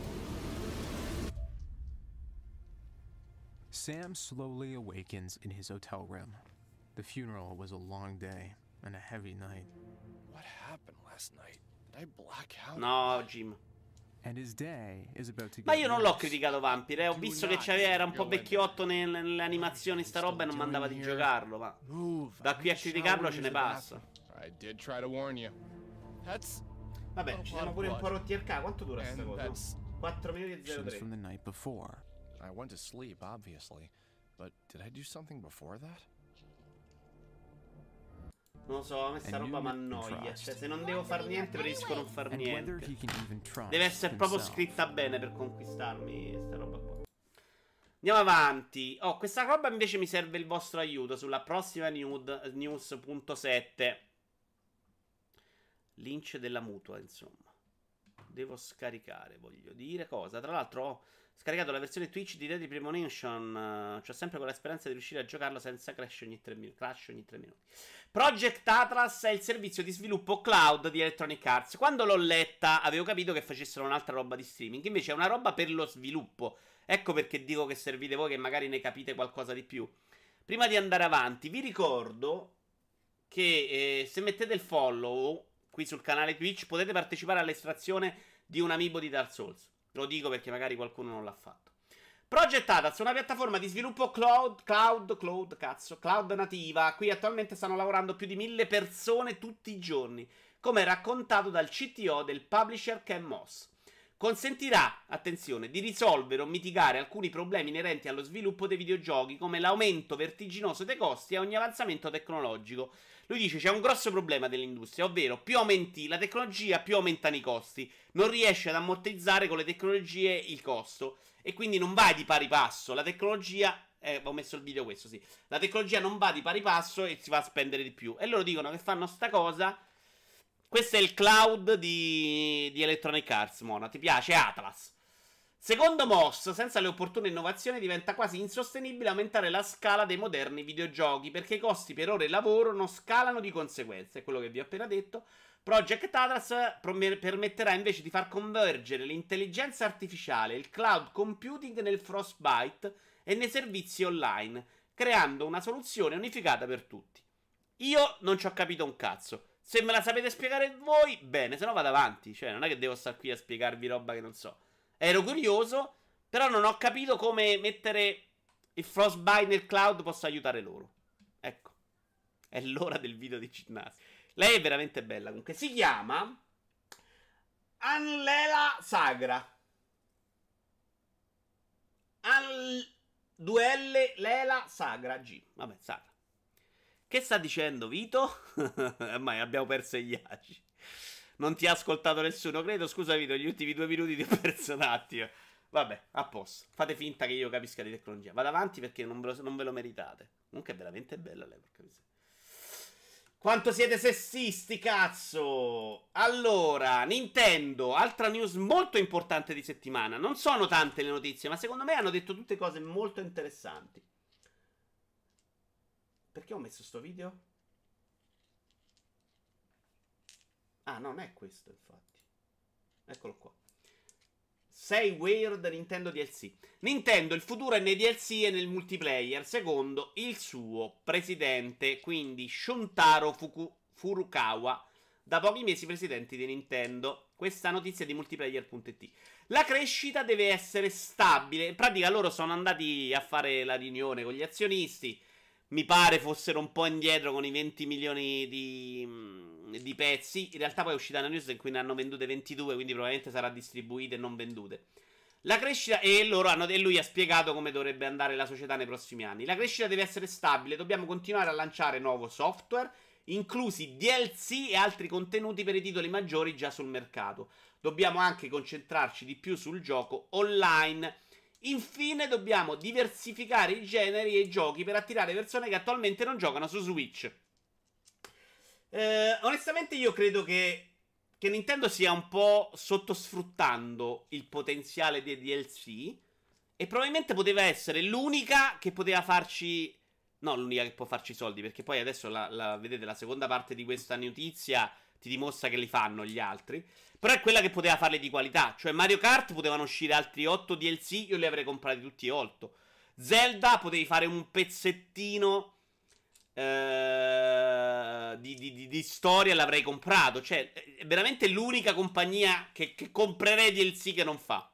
Sam slowly awakens in his hotel room. The funeral was a long day and a heavy night. What happened last night? Did I black out? No, Jim. And his day is about to Ma get io non l'ho worse. criticato Vampire, ho visto che c'aveva, era un po' vecchiotto nelle animazioni sta roba e non mandava di giocarlo, ma da qui a criticarlo ce ne passa. I did try to warn you. That's Vabbè, ci siamo pure un po' rotti al cazzo. Quanto dura sta and cosa? that's 4 minuti e Actions 03. from the night before. I went to sleep, obviously. But did I do something before that? Non lo so, a me sta And roba you m'annoia. trust. Cioè, se non devo far niente, preferisco non far And whether niente. he can even trust Deve essere proprio himself. scritta bene per conquistarmi sta roba qua. Andiamo avanti. Oh, questa roba invece mi serve il vostro aiuto sulla prossima news.7. Lynch della mutua, insomma. Devo scaricare, voglio dire cosa. Tra l'altro ho scaricato la versione Twitch di Deadly Premonition. Cioè sempre con la speranza di riuscire a giocarlo senza crash ogni 3 minuti. Project Atlas è il servizio di sviluppo cloud di Electronic Arts. Quando l'ho letta avevo capito che facessero un'altra roba di streaming. Invece è una roba per lo sviluppo. Ecco perché dico che servite voi che magari ne capite qualcosa di più. Prima di andare avanti vi ricordo che se mettete il follow qui sul canale Twitch potete partecipare all'estrazione di un amiibo di Dark Souls. Lo dico perché magari qualcuno non l'ha fatto. Project Athas, una piattaforma di sviluppo cloud nativa. Qui attualmente stanno lavorando più di 1000 persone tutti i giorni, come raccontato dal CTO del publisher Ken Moss. Consentirà, attenzione, di risolvere o mitigare alcuni problemi inerenti allo sviluppo dei videogiochi, come l'aumento vertiginoso dei costi e ogni avanzamento tecnologico. Lui dice c'è un grosso problema dell'industria, ovvero più aumenti la tecnologia, più aumentano i costi. Non riesce ad ammortizzare con le tecnologie il costo e quindi non vai di pari passo. La tecnologia, ho messo il video questo, sì. La tecnologia non va di pari passo e si va a spendere di più. E loro dicono che fanno sta cosa. Questo è il cloud di Electronic Arts, Mona. Ti piace? Atlas. Secondo Moss, senza le opportune innovazioni diventa quasi insostenibile aumentare la scala dei moderni videogiochi, perché i costi per ore di lavoro non scalano di conseguenza. È quello che vi ho appena detto. Project Atlas permetterà invece di far convergere l'intelligenza artificiale e il cloud computing nel Frostbite e nei servizi online, creando una soluzione unificata per tutti. Io non ci ho capito un cazzo. Se me la sapete spiegare voi, bene, se no vado avanti. Cioè, non è che devo stare qui a spiegarvi roba che non so. Ero curioso, però non ho capito come mettere il Frostbite nel cloud possa aiutare loro. Ecco, è l'ora del video di ginnastica. Lei è veramente bella, comunque. Si chiama Anlela Sagra. 2L Lela Sagra G. Vabbè, Sagra. Che sta dicendo Vito? Ormai abbiamo perso gli aci. Non ti ha ascoltato nessuno, credo. Scusa Vito, gli ultimi 2 minuti ti ho perso un attimo. Vabbè, a posto. Fate finta che io capisca di tecnologia. Vado avanti perché non ve lo meritate. Comunque è veramente bella lei, porca miseria. Quanto siete sessisti, cazzo! Allora, Nintendo, altra news molto importante di settimana. Non sono tante le notizie, ma secondo me hanno detto tutte cose molto interessanti. Perché ho messo sto video? Ah, non è questo, infatti. Eccolo qua. 6 weird Nintendo DLC. Nintendo, il futuro è nei DLC e nel multiplayer, secondo il suo presidente, quindi Shuntaro Furukawa, da pochi mesi presidente di Nintendo. Questa notizia di multiplayer.it. La crescita deve essere stabile. In pratica loro sono andati a fare la riunione con gli azionisti. Mi pare fossero un po' indietro con i 20 milioni di pezzi. In realtà poi è uscita una news in cui ne hanno vendute 22, quindi probabilmente sarà distribuite e non vendute. La crescita, e lui ha spiegato come dovrebbe andare la società nei prossimi anni. La crescita deve essere stabile, dobbiamo continuare a lanciare nuovo software, inclusi DLC e altri contenuti per i titoli maggiori già sul mercato. Dobbiamo anche concentrarci di più sul gioco online. Infine dobbiamo diversificare i generi e i giochi per attirare persone che attualmente non giocano su Switch. Onestamente io credo che Nintendo stia un po' sottosfruttando il potenziale dei DLC e probabilmente poteva essere l'unica che poteva farci... No, l'unica che può farci soldi, perché poi adesso vedete, la seconda parte di questa notizia ti dimostra che li fanno gli altri. Però è quella che poteva farle di qualità. Cioè Mario Kart potevano uscire altri 8 DLC, io li avrei comprati tutti 8. Zelda potevi fare un pezzettino di storia e l'avrei comprato. Cioè è veramente l'unica compagnia che comprerei DLC che non fa.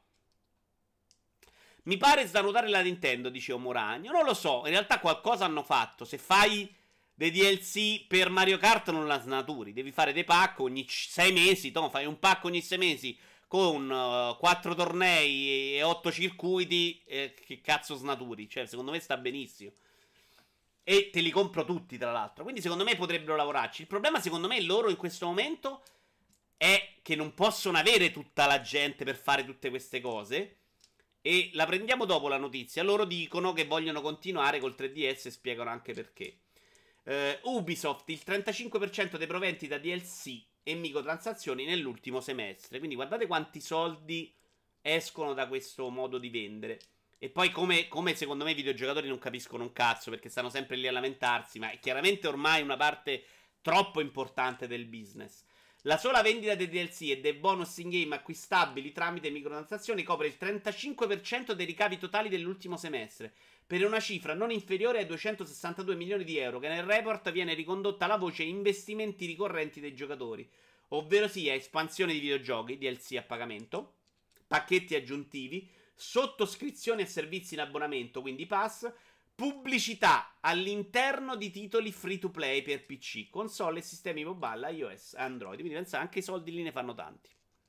Mi pare svalutare la Nintendo, dice Omoragno. Non lo so, in realtà qualcosa hanno fatto. Se fai dei DLC per Mario Kart non la snaturi. Devi fare dei pack ogni 6 mesi. Fai un pack ogni 6 mesi con 4 tornei e 8 circuiti. Che cazzo snaturi? Cioè, secondo me sta benissimo. E te li compro tutti, tra l'altro. Quindi secondo me potrebbero lavorarci. Il problema, secondo me, loro in questo momento è che non possono avere tutta la gente per fare tutte queste cose. E la prendiamo dopo la notizia. Loro dicono che vogliono continuare col 3DS e spiegano anche perché. Ubisoft, il 35% dei proventi da DLC e microtransazioni nell'ultimo semestre. Quindi guardate quanti soldi escono da questo modo di vendere. E poi come secondo me i videogiocatori non capiscono un cazzo, perché stanno sempre lì a lamentarsi, ma è chiaramente ormai una parte troppo importante del business. La sola vendita dei DLC e dei bonus in game acquistabili tramite microtransazioni copre il 35% dei ricavi totali dell'ultimo semestre, per una cifra non inferiore ai 262 milioni di euro, che nel report viene ricondotta alla voce investimenti ricorrenti dei giocatori, ovvero sia espansione di videogiochi, DLC a pagamento, pacchetti aggiuntivi, sottoscrizioni e servizi in abbonamento, quindi pass, pubblicità all'interno di titoli free to play per PC, console e sistemi mobile, iOS e Android. Quindi pensa, anche i soldi lì ne fanno tanti.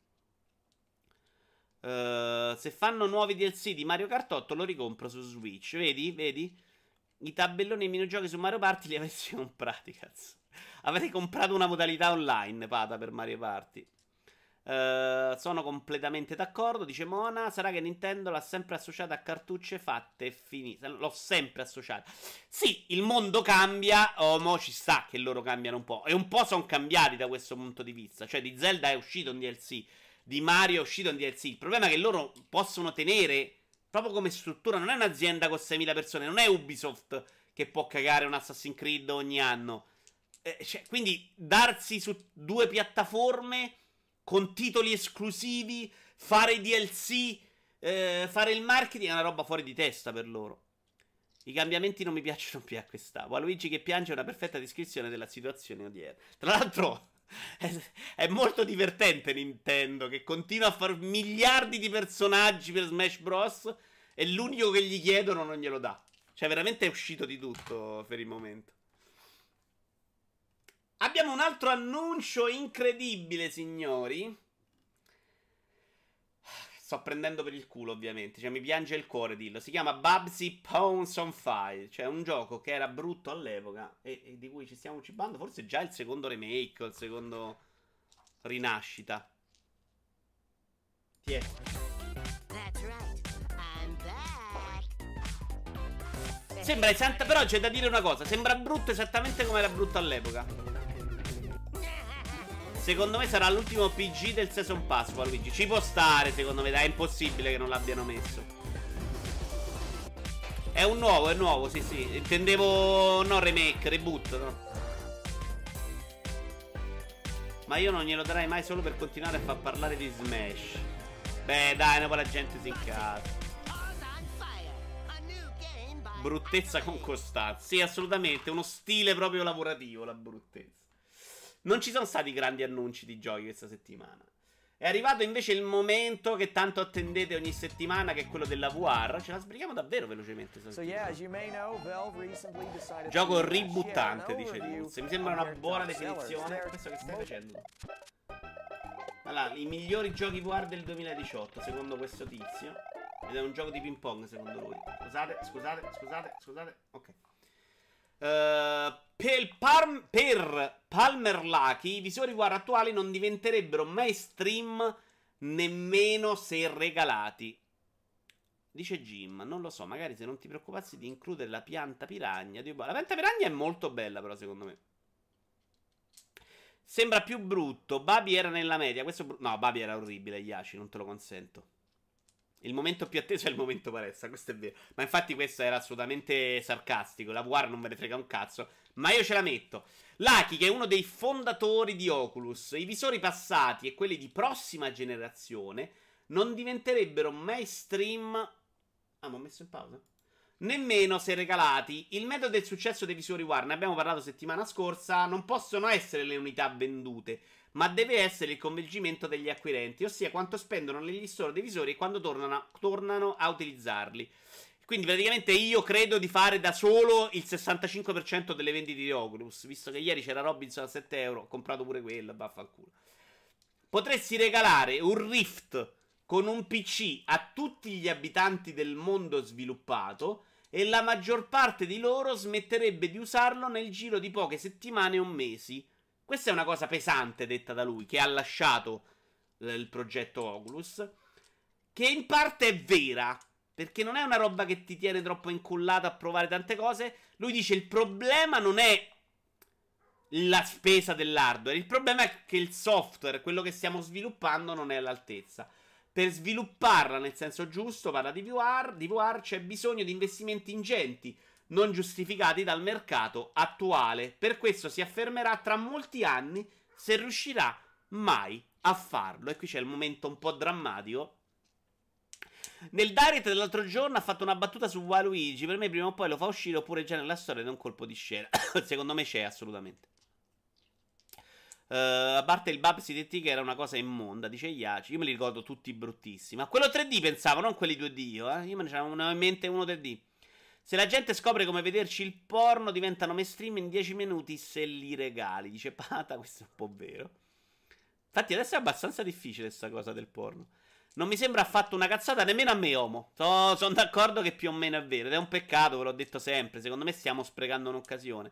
Se fanno nuovi DLC di Mario Kart 8 lo ricompro su Switch. Vedi? I tabelloni e i minigiochi su Mario Party li avresti comprati, cazzo. Avrei comprato una modalità online, Pata, per Mario Party. Sono completamente d'accordo, dice Mona. Sarà che Nintendo l'ha sempre associata a cartucce fatte e finite. L'ho sempre associata. Sì, il mondo cambia. Mo ci sta che loro cambiano un po'. E un po' sono cambiati da questo punto di vista. Cioè di Zelda è uscito un DLC, di Mario è uscito un DLC. Il problema è che loro possono tenere, proprio come struttura, non è un'azienda con 6.000 persone, non è Ubisoft che può cagare un Assassin's Creed ogni anno. Quindi darsi su 2 piattaforme con titoli esclusivi, fare i DLC, fare il marketing è una roba fuori di testa per loro. I cambiamenti non mi piacciono più a quest'apo. Luigi che piange è una perfetta descrizione della situazione odierna. Tra l'altro è molto divertente Nintendo, che continua a fare miliardi di personaggi per Smash Bros. E l'unico che gli chiedono non glielo dà. Cioè veramente è uscito di tutto per il momento. Abbiamo un altro annuncio incredibile, signori. Sto prendendo per il culo, ovviamente. Cioè, mi piange il cuore, dillo. Si chiama Bubsy Pawns on Fire. Cioè, un gioco che era brutto all'epoca e di cui ci stiamo cibando. Forse già il secondo remake o il secondo rinascita. Ti è. Sembra però c'è da dire una cosa. Sembra brutto esattamente come era brutto all'epoca. Secondo me sarà l'ultimo PG del Season Pass, Luigi. Ci può stare, secondo me. Dai, è impossibile che non l'abbiano messo. È un nuovo, sì. Intendevo, no, remake, reboot, no. Ma io non glielo darei mai solo per continuare a far parlare di Smash. Beh, dai, no, poi la gente si incazza. Bruttezza con costanza. Sì, assolutamente, uno stile proprio lavorativo, la bruttezza. Non ci sono stati grandi annunci di giochi questa settimana. È arrivato invece il momento che tanto attendete ogni settimana, che è quello della VR. Ce la sbrighiamo davvero velocemente. Gioco ributtante, dice Luz. Mi sembra una buona definizione. Questo che stai facendo. Allora, i migliori giochi VR del 2018, secondo questo tizio. Ed è un gioco di ping pong, secondo lui. Scusate. Ok. Per Palmer Lucky i visori VR attuali non diventerebbero mainstream nemmeno se regalati. Dice Jim, non lo so, magari se non ti preoccupassi di includere la pianta piragna. La pianta piragna è molto bella, però, secondo me. Sembra più brutto. Babi era nella media. No, Babi era orribile, Yashi, non te lo consento. Il momento più atteso è il momento palestra, questo è vero. Ma infatti questo era assolutamente sarcastico. La VR non me ne frega un cazzo. Ma io ce la metto. Lucky, che è uno dei fondatori di Oculus, i visori passati e quelli di prossima generazione non diventerebbero mainstream. Ah, ma ho messo in pausa? Nemmeno se regalati. Il metodo del successo dei visori VR, ne abbiamo parlato settimana scorsa, non possono essere le unità vendute, ma deve essere il coinvolgimento degli acquirenti, ossia quanto spendono negli store dei visori e quando tornano a utilizzarli. Quindi praticamente io credo di fare da solo il 65% delle vendite di Oculus, visto che ieri c'era Robinson a 7 euro, ho comprato pure quello, vaffanculo. Potresti regalare un Rift con un PC a tutti gli abitanti del mondo sviluppato e la maggior parte di loro smetterebbe di usarlo nel giro di poche settimane o mesi. Questa è una cosa pesante detta da lui, che ha lasciato il progetto Oculus, che in parte è vera, perché non è una roba che ti tiene troppo incullato a provare tante cose. Lui dice il problema non è la spesa dell'hardware, il problema è che il software, quello che stiamo sviluppando, non è all'altezza. Per svilupparla nel senso giusto, parla di VR, c'è bisogno di investimenti ingenti, non giustificati dal mercato attuale. Per questo si affermerà tra molti anni se riuscirà mai a farlo. E qui c'è il momento un po' drammatico. Nel direct dell'altro giorno ha fatto una battuta su Waluigi. Per me prima o poi lo fa uscire, oppure già nella storia ed è un colpo di scena. Secondo me c'è assolutamente. A parte il Babsy DT che era una cosa immonda, dice Iaci. Io me li ricordo tutti bruttissimi. A quello 3D pensavo, non quelli 2D. Io me ne avevo in mente uno 3D. Se la gente scopre come vederci il porno, diventano mainstream in 10 minuti se li regali. Dice Pata, questo è un po' vero. Infatti adesso è abbastanza difficile questa cosa del porno. Non mi sembra affatto una cazzata nemmeno a me, Omo. Sono d'accordo che più o meno è vero. Ed è un peccato, ve l'ho detto sempre. Secondo me stiamo sprecando un'occasione.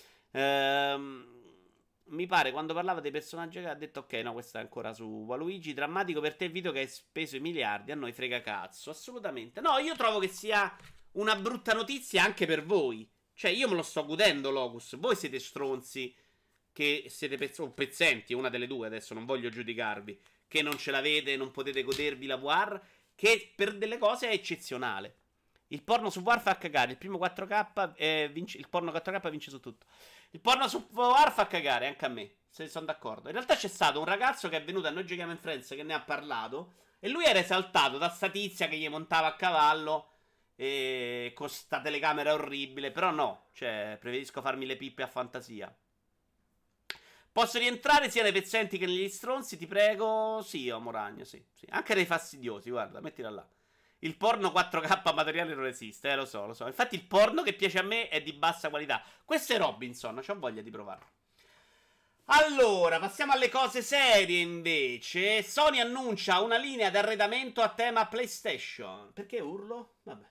Mi pare quando parlava dei personaggi che ha detto ok, no, questa è ancora su Waluigi. Drammatico per te il video che hai speso i miliardi. A noi frega cazzo. Assolutamente. No, io trovo che sia una brutta notizia anche per voi. Cioè io me lo sto godendo, Locus. Voi siete stronzi che siete pezzenti, una delle due, adesso non voglio giudicarvi, che non ce l'avete, non potete godervi la VR, che per delle cose è eccezionale. Il porno su VR fa cagare, il primo 4K il porno 4K vince su tutto. Il porno su VR fa cagare, anche a me, se sono d'accordo. In realtà c'è stato un ragazzo che è venuto a Noi Giochiamo in Friends che ne ha parlato, e lui era esaltato da sta tizia che gli montava a cavallo e con sta telecamera orribile. Però no, cioè preferisco farmi le pippe a fantasia. Posso rientrare sia nei pezzenti che negli stronzi, ti prego? Sì, Moragno, sì. Anche nei fastidiosi, guarda, mettila là. Il porno 4K materiale non esiste, lo so. Infatti il porno che piace a me è di bassa qualità. Questo è Robinson, c'ho voglia di provarlo. Allora, passiamo alle cose serie invece. Sony annuncia una linea di arredamento a tema PlayStation. Perché urlo? Vabbè.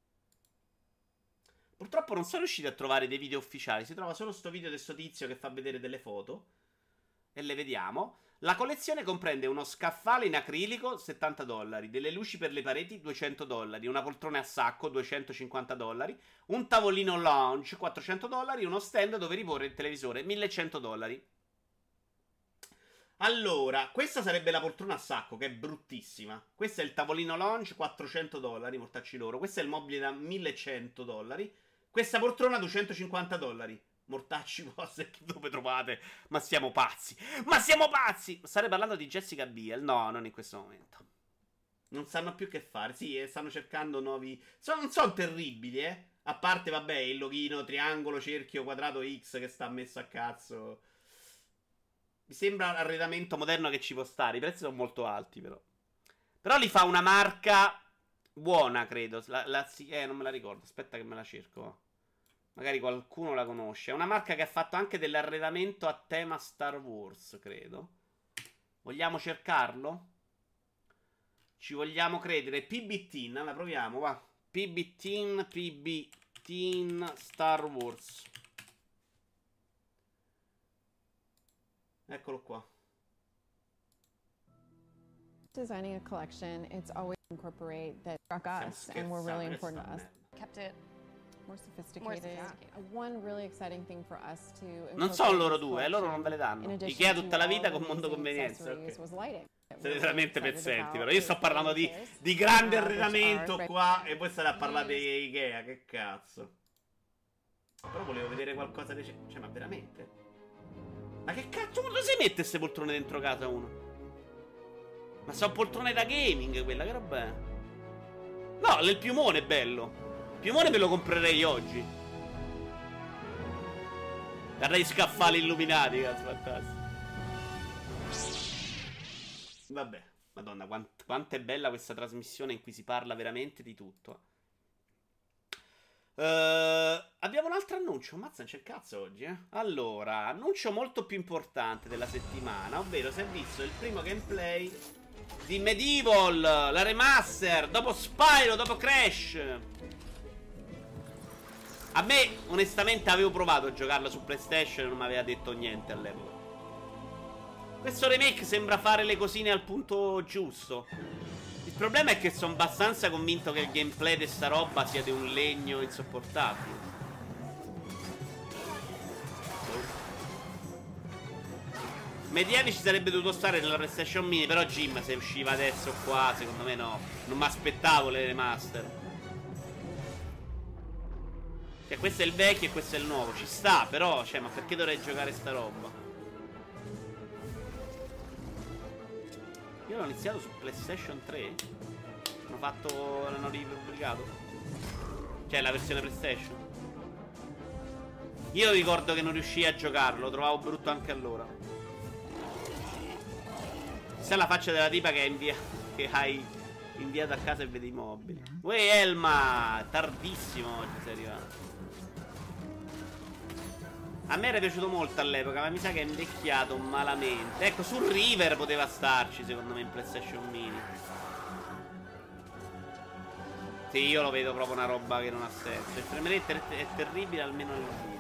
Purtroppo non sono riuscito a trovare dei video ufficiali. Si trova solo sto video di sto tizio che fa vedere delle foto e le vediamo. La collezione comprende uno scaffale in acrilico $70, delle luci per le pareti $200, una poltrona a sacco $250, un tavolino lounge $400 e uno stand dove riporre il televisore $1100. Allora, questa sarebbe la poltrona a sacco, che è bruttissima. Questo è il tavolino lounge, $400, mortacci loro. Questo è il mobile da $1100. Questa poltrona $250. Mortacci vostri, dove trovate? Ma siamo pazzi. Ma siamo pazzi! Starei parlando di Jessica Biel? No, non in questo momento. Non sanno più che fare. Sì, stanno cercando nuovi... non sono terribili, A parte, vabbè, il loghino, triangolo, cerchio, quadrato, X che sta messo a cazzo. Mi sembra un arredamento moderno che ci può stare. I prezzi sono molto alti, però. Però li fa una marca buona, credo. Non me la ricordo. Aspetta che me la cerco. Magari qualcuno la conosce. È una marca che ha fatto anche dell'arredamento a tema Star Wars, credo. Vogliamo cercarlo? Ci vogliamo credere. PB Teen, la proviamo, va. PB Teen Star Wars. Eccolo qua. Designing a collection, it's always incorporate that struck us and were really important to us. Kept it more sophisticated. One really exciting thing for us to non sono loro due, loro non ve le danno. Ikea tutta la vita con Mondo Convenienza. Okay. Siete veramente pezzenti, però io sto parlando di grande arredamento qua e voi state a parlare di Ikea, che cazzo. Però volevo vedere qualcosa di... Cioè, ma veramente? Ma che cazzo lo si mette queste poltrone dentro casa uno? Ma sono poltrone da gaming quella, che roba è? No, il piumone è bello. Il piumone me lo comprerei oggi. Darei scaffali illuminati, cazzo, fantastico. Vabbè, madonna, quanto è bella questa trasmissione in cui si parla veramente di tutto. Abbiamo un altro annuncio. Mazza, c'è il cazzo oggi, Allora, annuncio molto più importante della settimana, ovvero si è visto il primo gameplay di Medieval, la remaster, dopo Spyro, dopo Crash. A me, onestamente, avevo provato a giocarlo su PlayStation e non mi aveva detto niente all'epoca. Questo remake sembra fare le cosine al punto giusto. Il problema è che sono abbastanza convinto che il gameplay di sta roba sia di un legno insopportabile. Mediani ci sarebbe dovuto stare nella PlayStation Mini, però Jim, se usciva adesso qua, secondo me no. Non mi aspettavo le remaster. Cioè, questo è il vecchio e questo è il nuovo. Ci sta, però, cioè, ma perché dovrei giocare sta roba? Io l'ho iniziato su PlayStation 3. L'hanno ripubblicato. Cioè, la versione PlayStation. Io ricordo che non riuscii a giocarlo, lo trovavo brutto anche allora. Questa è la faccia della tipa che hai inviato a casa e vede i mobili. Uè Elma, tardissimo oggi sei arrivato. A me era piaciuto molto all'epoca, ma mi sa che è invecchiato malamente. Ecco, sul River poteva starci, secondo me, in PlayStation Mini. Sì, io lo vedo proprio una roba che non ha senso. Il frame rate è terribile, almeno nel video.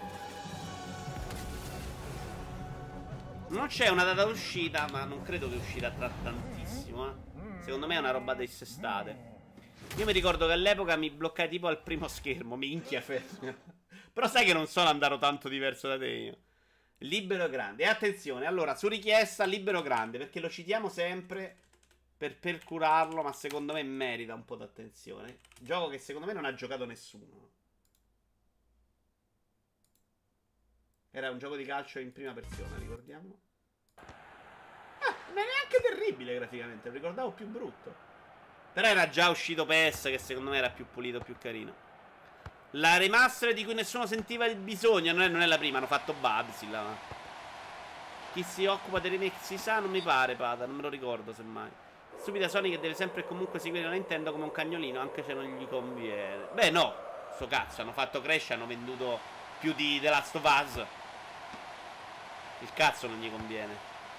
Non c'è una data d'uscita, ma non credo che uscirà tra tantissimo, eh. Secondo me è una roba d'estate. Io mi ricordo che all'epoca mi bloccai tipo al primo schermo. Minchia, però sai che non sono andato tanto diverso da te io. Libero grande. E attenzione, allora, su richiesta libero grande, perché lo citiamo sempre per curarlo, ma secondo me merita un po' d'attenzione. Gioco che secondo me non ha giocato nessuno. Era un gioco di calcio in prima persona, ricordiamo. Ah, non è neanche terribile graficamente, lo ricordavo più brutto. Però era già uscito PS, che secondo me era più pulito, più carino. La remaster di cui nessuno sentiva il bisogno. Non è la prima, hanno fatto Babsi là. Chi si occupa dei remake si sa, non mi pare, Pata, non me lo ricordo semmai. Stupida Sony che deve sempre e comunque seguire la Nintendo come un cagnolino, anche se non gli conviene. Beh no, sto cazzo, hanno fatto Crash, hanno venduto più di The Last of Us. Il cazzo non gli conviene.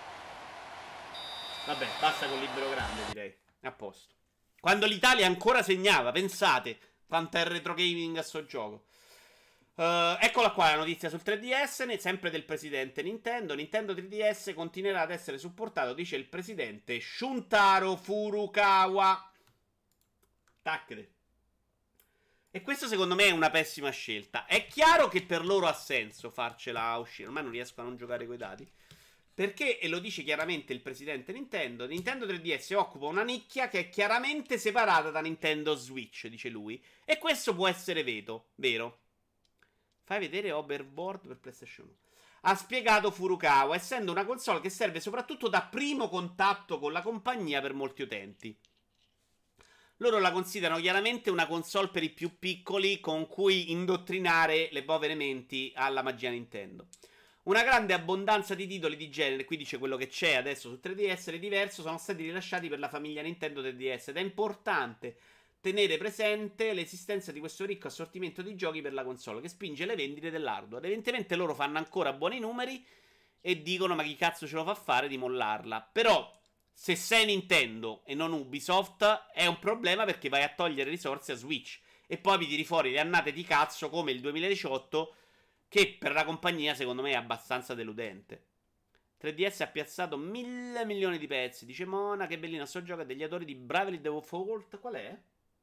Vabbè, basta con libero grande, direi. A posto. Quando l'Italia ancora segnava, pensate quanto è retro gaming a sto gioco. Eccola qua la notizia sul 3DS, sempre del presidente Nintendo. Nintendo 3DS continuerà ad essere supportato, dice il presidente Shuntaro Furukawa. Tacchete. E questo secondo me è una pessima scelta. È chiaro che per loro ha senso farcela uscire. Ormai non riesco a non giocare coi dati. Perché, e lo dice chiaramente il presidente Nintendo, Nintendo 3DS occupa una nicchia che è chiaramente separata da Nintendo Switch, dice lui. E questo può essere vero. Fai vedere Overboard per PlayStation 1. Ha spiegato Furukawa, essendo una console che serve soprattutto da primo contatto con la compagnia per molti utenti. Loro la considerano chiaramente una console per i più piccoli con cui indottrinare le povere menti alla magia Nintendo. Una grande abbondanza di titoli di genere, qui dice quello che c'è adesso su 3DS e diverso, sono stati rilasciati per la famiglia Nintendo 3DS ed è importante tenere presente l'esistenza di questo ricco assortimento di giochi per la console che spinge le vendite dell'hardware. Evidentemente loro fanno ancora buoni numeri e dicono ma chi cazzo ce lo fa fare di mollarla. Però se sei Nintendo e non Ubisoft è un problema perché vai a togliere risorse a Switch e poi vi tiri fuori le annate di cazzo come il 2018 che per la compagnia secondo me è abbastanza deludente. 3DS ha piazzato 1.000 milioni di pezzi. Dice Mona, che bellino sto gioco, degli autori di Bravely Default. Qual è?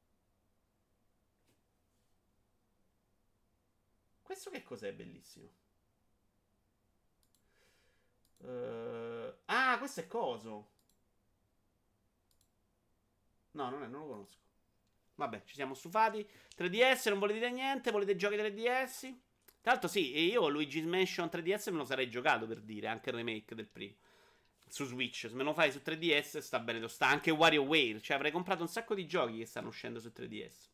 Questo che cos'è bellissimo? Ah, questo è coso. No, non lo conosco. Vabbè, ci siamo stufati. 3DS, non volete dire niente? Volete giochi 3DS? Tra l'altro sì, io Luigi's Mansion 3DS me lo sarei giocato, per dire, anche il remake del primo. Su Switch, se me lo fai su 3DS sta bene, sta anche WarioWare, cioè avrei comprato un sacco di giochi che stanno uscendo su 3DS.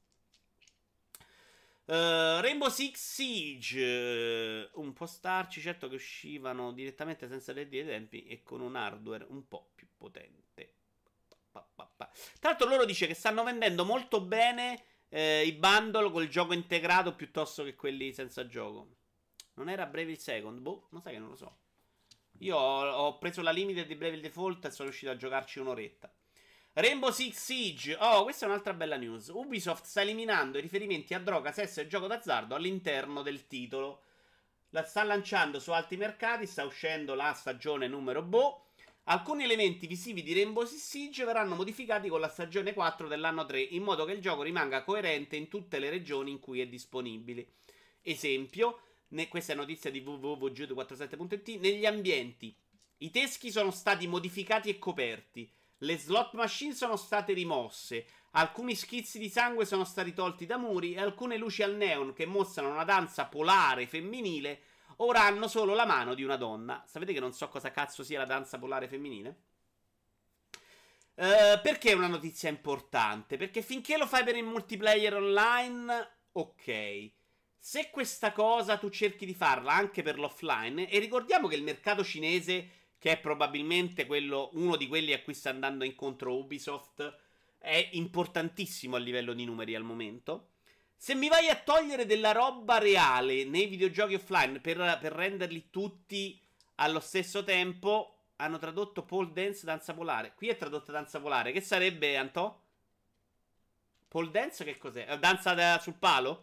Rainbow Six Siege, un po' starci, certo che uscivano direttamente senza LED ai tempi e con un hardware un po' più potente. Tra l'altro loro dice che stanno vendendo molto bene i bundle col gioco integrato piuttosto che quelli senza gioco. Non era Bravely Second? Boh, non sai che non lo so. Io ho preso la limited di Bravely Default e sono riuscito a giocarci un'oretta. Rainbow Six Siege. Oh, questa è un'altra bella news. Ubisoft sta eliminando i riferimenti a droga, sesso e gioco d'azzardo all'interno del titolo. La sta lanciando su altri mercati, sta uscendo la stagione numero boh. Alcuni elementi visivi di Rainbow Six Siege verranno modificati con la stagione 4 dell'anno 3, in modo che il gioco rimanga coerente in tutte le regioni in cui è disponibile. Esempio, questa è notizia di www.jude47.it, negli ambienti i teschi sono stati modificati e coperti, le slot machine sono state rimosse, alcuni schizzi di sangue sono stati tolti da muri e alcune luci al neon che mostrano una danza polare femminile ora hanno solo la mano di una donna. Sapete che non so cosa cazzo sia la danza polare femminile? Perché è una notizia importante? Perché finché lo fai per il multiplayer online, ok. Se questa cosa tu cerchi di farla anche per l'offline, e ricordiamo che il mercato cinese che è probabilmente uno di quelli a cui sta andando incontro Ubisoft, è importantissimo a livello di numeri al momento. Se mi vai a togliere della roba reale nei videogiochi offline per renderli tutti allo stesso tempo, hanno tradotto pole dance, danza polare. Qui è tradotta danza polare. Che sarebbe, Antò? Pole dance che cos'è? Danza sul palo?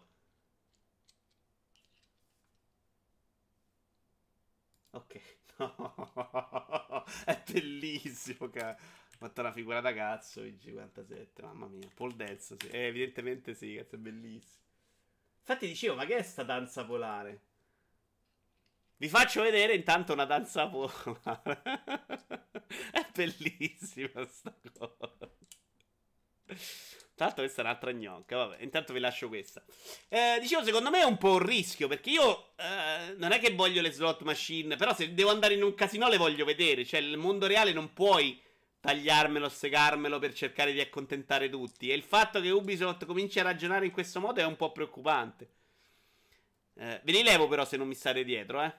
Ok. No. È bellissimo, ho fatto una figura da cazzo in 57, mamma mia. Pole dance, sì. Evidentemente sì, cazzo, è bellissimo. Infatti dicevo, ma che è sta danza polare? Vi faccio vedere intanto una danza polare. È bellissima sta cosa. Tra l'altro questa è un'altra gnocca. Vabbè, intanto vi lascio questa. Dicevo, secondo me è un po' un rischio, perché io non è che voglio le slot machine, però se devo andare in un casino le voglio vedere. Cioè, il mondo reale non puoi tagliarmelo, segarmelo per cercare di accontentare tutti. E il fatto che Ubisoft cominci a ragionare in questo modo è un po' preoccupante. Ve li levo però se non mi state dietro,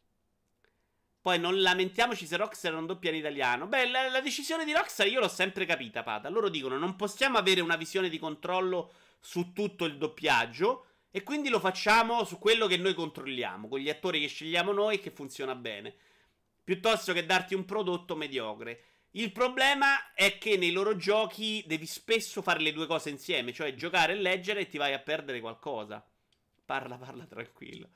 Poi non lamentiamoci se Rockstar non doppia in italiano. Beh, la decisione di Rockstar io l'ho sempre capita, Pata. Loro dicono non possiamo avere una visione di controllo su tutto il doppiaggio, e quindi lo facciamo su quello che noi controlliamo, con gli attori che scegliamo noi e che funziona bene, piuttosto che darti un prodotto mediocre. Il problema è che nei loro giochi devi spesso fare le due cose insieme, cioè giocare e leggere, e ti vai a perdere qualcosa. Parla tranquillo.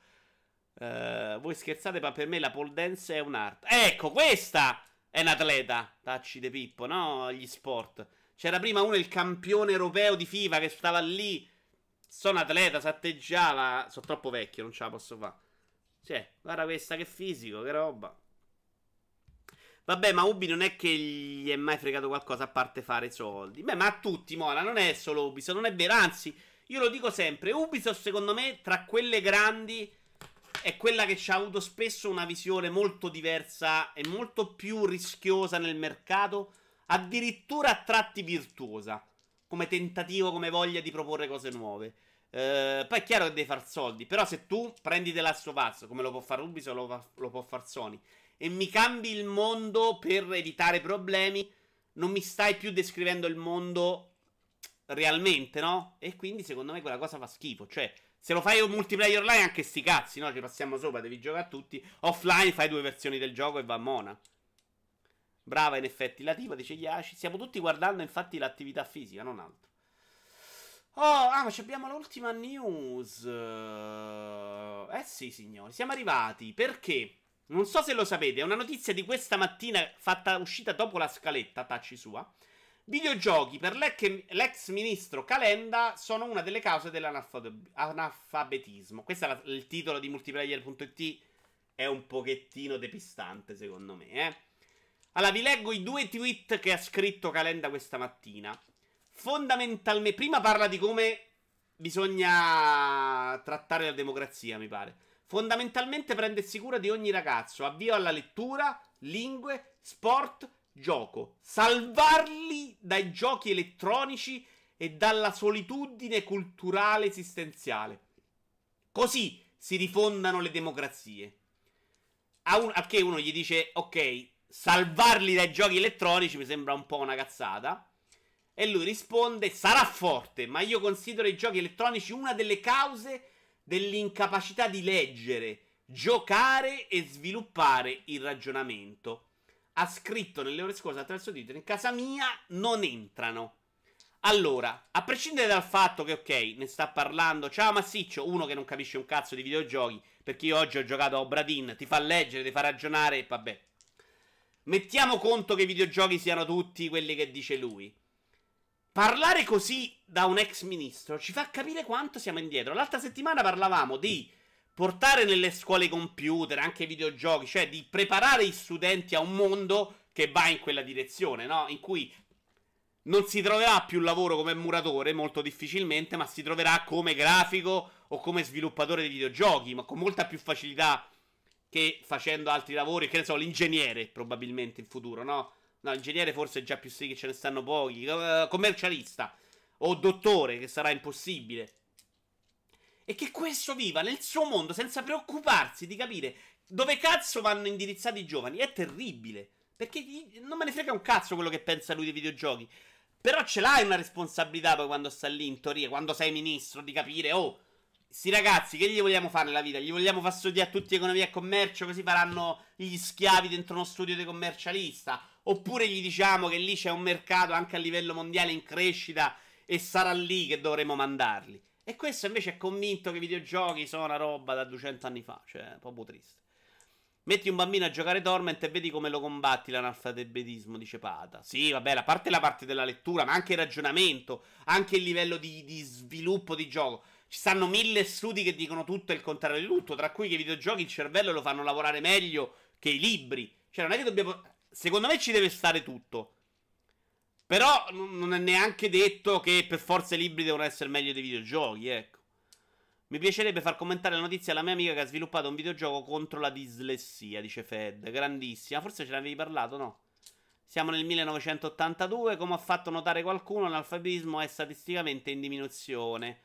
Voi scherzate, ma per me la pole dance è un'arte. Ecco, questa è un atleta. Tacci de Pippo, no? Gli sport. C'era prima uno, il campione europeo di FIFA, che stava lì. Sono atleta, satteggiava. Sono troppo vecchio, non ce la posso fare. Cioè, guarda questa, che fisico, che roba. Vabbè, ma Ubi non è che gli è mai fregato qualcosa a parte fare soldi. Beh, ma a tutti, Mona, non è solo Ubisoft, non è vero. Anzi, io lo dico sempre, Ubisoft secondo me tra quelle grandi è quella che ci ha avuto spesso una visione molto diversa e molto più rischiosa nel mercato, addirittura a tratti virtuosa, come tentativo, come voglia di proporre cose nuove. Poi è chiaro che devi far soldi, però se tu prendi The Last of Us, come lo può fare Ubisoft, lo può far Sony, e mi cambi il mondo per evitare problemi, non mi stai più descrivendo il mondo realmente, no? E quindi secondo me quella cosa fa schifo. Cioè, se lo fai un multiplayer online, anche sti cazzi, no? Ci passiamo sopra, devi giocare a tutti. Offline fai 2 versioni del gioco e va a mona. Brava, in effetti, la tipa, dice Yashi. Stiamo tutti guardando infatti l'attività fisica, non altro. Ma abbiamo l'ultima news. Sì, signori, siamo arrivati. Perché? Non so se lo sapete, è una notizia di questa mattina uscita dopo la scaletta, tacci sua. Videogiochi per l'ex ministro Calenda sono una delle cause dell'analfabetismo. Questo è il titolo di multiplayer.it. È un pochettino depistante, secondo me, Allora, vi leggo i 2 tweet che ha scritto Calenda questa mattina. Fondamentalmente, prima parla di come bisogna trattare la democrazia, mi pare. Fondamentalmente prendersi cura di ogni ragazzo, avvio alla lettura, lingue, sport, gioco, salvarli dai giochi elettronici e dalla solitudine culturale esistenziale. Così si rifondano le democrazie. A che uno gli dice, ok, salvarli dai giochi elettronici mi sembra un po' una cazzata. E lui risponde, sarà forte, ma io considero i giochi elettronici una delle cause dell'incapacità di leggere, giocare e sviluppare il ragionamento. Ha scritto nelle ore scorse attraverso Twitter, in casa mia non entrano. Allora, a prescindere dal fatto che, ok, ne sta parlando, ciao Massiccio, uno che non capisce un cazzo di videogiochi, perché io oggi ho giocato a Obradin, ti fa leggere, ti fa ragionare, vabbè. Mettiamo conto che i videogiochi siano tutti quelli che dice lui. Parlare così da un ex ministro ci fa capire quanto siamo indietro. L'altra settimana parlavamo di portare nelle scuole i computer, anche i videogiochi, cioè di preparare gli studenti a un mondo che va in quella direzione, no? In cui non si troverà più lavoro come muratore, molto difficilmente, ma si troverà come grafico o come sviluppatore di videogiochi, ma con molta più facilità che facendo altri lavori, che ne so, l'ingegnere probabilmente in futuro, no? No, ingegnere forse già più sì che ce ne stanno pochi. Commercialista o dottore, che sarà impossibile. E che questo viva nel suo mondo senza preoccuparsi di capire dove cazzo vanno indirizzati i giovani? È terribile. Perché non me ne frega un cazzo quello che pensa lui dei videogiochi. Però ce l'hai una responsabilità poi quando sta lì in teoria, quando sei ministro, di capire, oh, sti ragazzi che gli vogliamo fare nella vita? Gli vogliamo far studiare a tutti economia e commercio così faranno gli schiavi dentro uno studio di commercialista? Oppure gli diciamo che lì c'è un mercato anche a livello mondiale in crescita e sarà lì che dovremo mandarli? E questo invece è convinto che i videogiochi sono una roba da 200 anni fa, cioè, proprio triste. Metti un bambino a giocare Torment e vedi come lo combatti l'analfabetismo, dice Pata. Sì, vabbè, la parte della lettura, ma anche il ragionamento, anche il livello di sviluppo di gioco. Ci stanno 1000 studi che dicono tutto e il contrario di tutto, tra cui che i videogiochi il cervello lo fanno lavorare meglio che i libri. Cioè, non è che dobbiamo... Secondo me ci deve stare tutto. Però non è neanche detto che per forza i libri devono essere meglio dei videogiochi, ecco. Mi piacerebbe far commentare la notizia alla mia amica che ha sviluppato un videogioco contro la dislessia, dice Fed. Grandissima. Forse ce ne avevi parlato, no? Siamo nel 1982. Come ha fatto notare qualcuno, l'analfabetismo è statisticamente in diminuzione.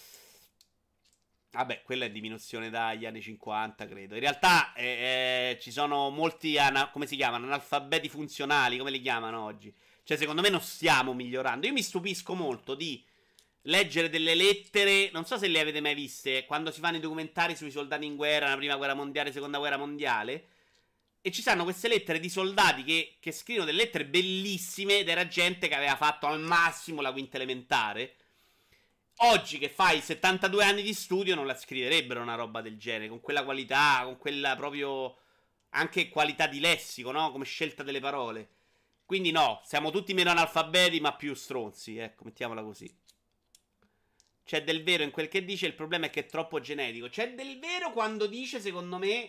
Vabbè, quella è in diminuzione dagli anni 50, credo. In realtà ci sono molti, come si chiamano? Analfabeti funzionali, come li chiamano oggi? Cioè, secondo me non stiamo migliorando. Io mi stupisco molto di leggere delle lettere, non so se le avete mai viste, quando si fanno i documentari sui soldati in guerra, la prima guerra mondiale, seconda guerra mondiale, e ci stanno queste lettere di soldati che scrivono delle lettere bellissime ed era gente che aveva fatto al massimo la quinta elementare. Oggi che fai 72 anni di studio non la scriverebbero una roba del genere, con quella qualità, con quella proprio anche qualità di lessico, no? Come scelta delle parole. Quindi no, siamo tutti meno analfabeti ma più stronzi, ecco, mettiamola così. C'è del vero in quel che dice, il problema è che è troppo genetico. C'è del vero quando dice, secondo me...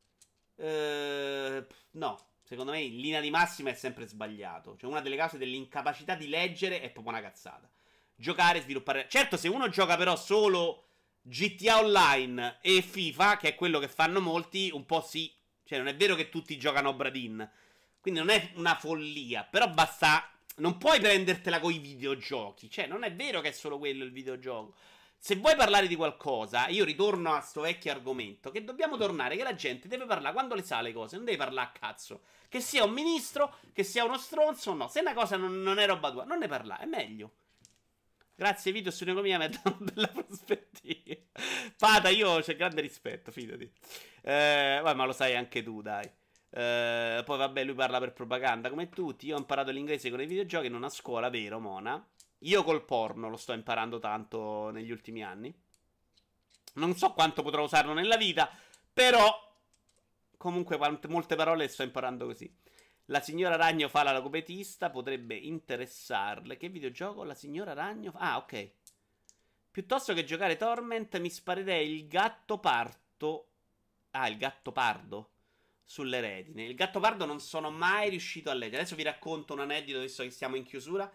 no, secondo me in linea di massima è sempre sbagliato. Cioè una delle cause dell'incapacità di leggere è proprio una cazzata. Giocare, sviluppare... Certo, se uno gioca però solo GTA Online e FIFA, che è quello che fanno molti, un po' sì. Cioè non è vero che tutti giocano Obradin. Quindi non è una follia, però basta... Non puoi prendertela coi videogiochi. Cioè, non è vero che è solo quello il videogioco. Se vuoi parlare di qualcosa, io ritorno a sto vecchio argomento, che dobbiamo tornare, che la gente deve parlare quando le sa le cose, non deve parlare a cazzo. Che sia un ministro, che sia uno stronzo, no. Se una cosa non è roba tua, non ne parlare, è meglio. Grazie Vito, su economia mi ha dato una bella prospettiva. Pata, io c'è grande rispetto, fidati. Ma lo sai anche tu, dai. Poi vabbè, lui parla per propaganda come tutti. Io ho imparato l'inglese con i videogiochi, non a scuola, vero Mona? Io col porno lo sto imparando tanto negli ultimi anni. Non so quanto potrò usarlo nella vita, però comunque molte parole le sto imparando così. La signora Ragno fa la logopedista, potrebbe interessarle. Che videogioco la signora Ragno fa? Ah, ok. Piuttosto che giocare Torment mi sparerei il gatto pardo. Ah, il gatto pardo sulle retine. Il gatto pardo non sono mai riuscito a leggere. Adesso vi racconto un aneddoto, visto che siamo in chiusura.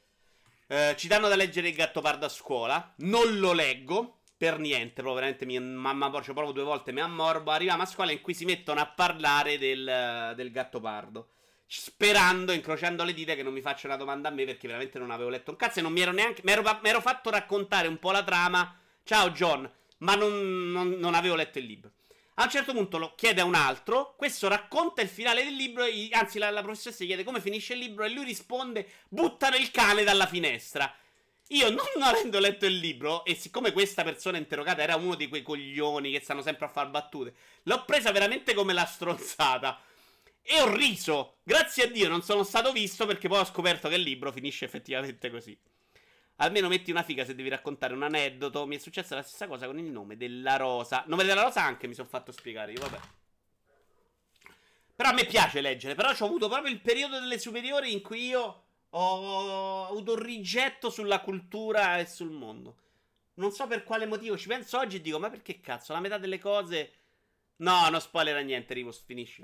Ci danno da leggere il gatto pardo a scuola. Non lo leggo per niente. Proprio veramente mia mamma porcio proprio 2 volte mi ammorbo. Arriviamo a scuola in cui si mettono a parlare del gatto pardo, sperando, incrociando le dita, che non mi faccia una domanda a me, perché veramente non avevo letto un cazzo e non mi ero neanche... Mi ero fatto raccontare un po' la trama. Ciao John. Ma non avevo letto il libro. A un certo punto lo chiede a un altro, questo racconta il finale del libro, anzi la professoressa chiede come finisce il libro e lui risponde: buttano il cane dalla finestra. Io, non avendo letto il libro, e siccome questa persona interrogata era uno di quei coglioni che stanno sempre a far battute, l'ho presa veramente come la stronzata e ho riso. Grazie a Dio non sono stato visto, perché poi ho scoperto che il libro finisce effettivamente così. Almeno metti una figa se devi raccontare un aneddoto. Mi è successa la stessa cosa con il nome della rosa. Nome della rosa anche mi sono fatto spiegare io, vabbè. Però a me piace leggere. Però ho avuto proprio il periodo delle superiori in cui io ho avuto un rigetto sulla cultura e sul mondo. Non so per quale motivo. Ci penso oggi e dico: ma perché cazzo? La metà delle cose... No, non spoilerà niente, Rivos, finisci.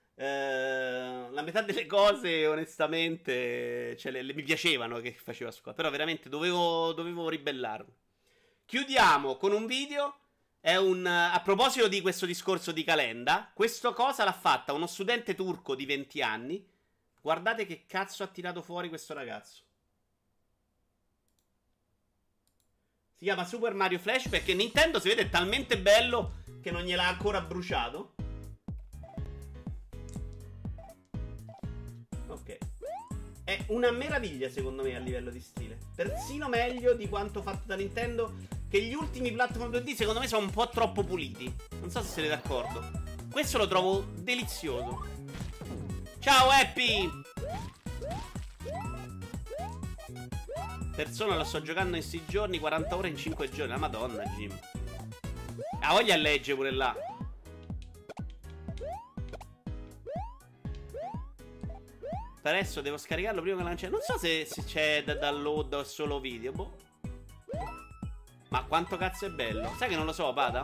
La metà delle cose onestamente, cioè, mi piacevano che facevo a scuola, però veramente dovevo ribellarmi. Chiudiamo con un video. È a proposito di questo discorso di Calenda, questa cosa l'ha fatta uno studente turco di 20 anni. Guardate che cazzo ha tirato fuori questo ragazzo. Si chiama Super Mario Flash, perché Nintendo, si vede, è talmente bello che non gliel'ha ancora bruciato. È una meraviglia secondo me a livello di stile. Persino meglio di quanto fatto da Nintendo, che gli ultimi platform 2D secondo me sono un po' troppo puliti. Non so se siete d'accordo. Questo lo trovo delizioso. Ciao Happy! Persona lo sto giocando in 6 giorni, 40 ore in 5 giorni. La madonna, Jim. Ha voglia a legge pure là. Per adesso devo scaricarlo prima che lanciare. Non so se c'è da download o solo video. Boh. Ma quanto cazzo è bello. Sai che non lo so, Pada?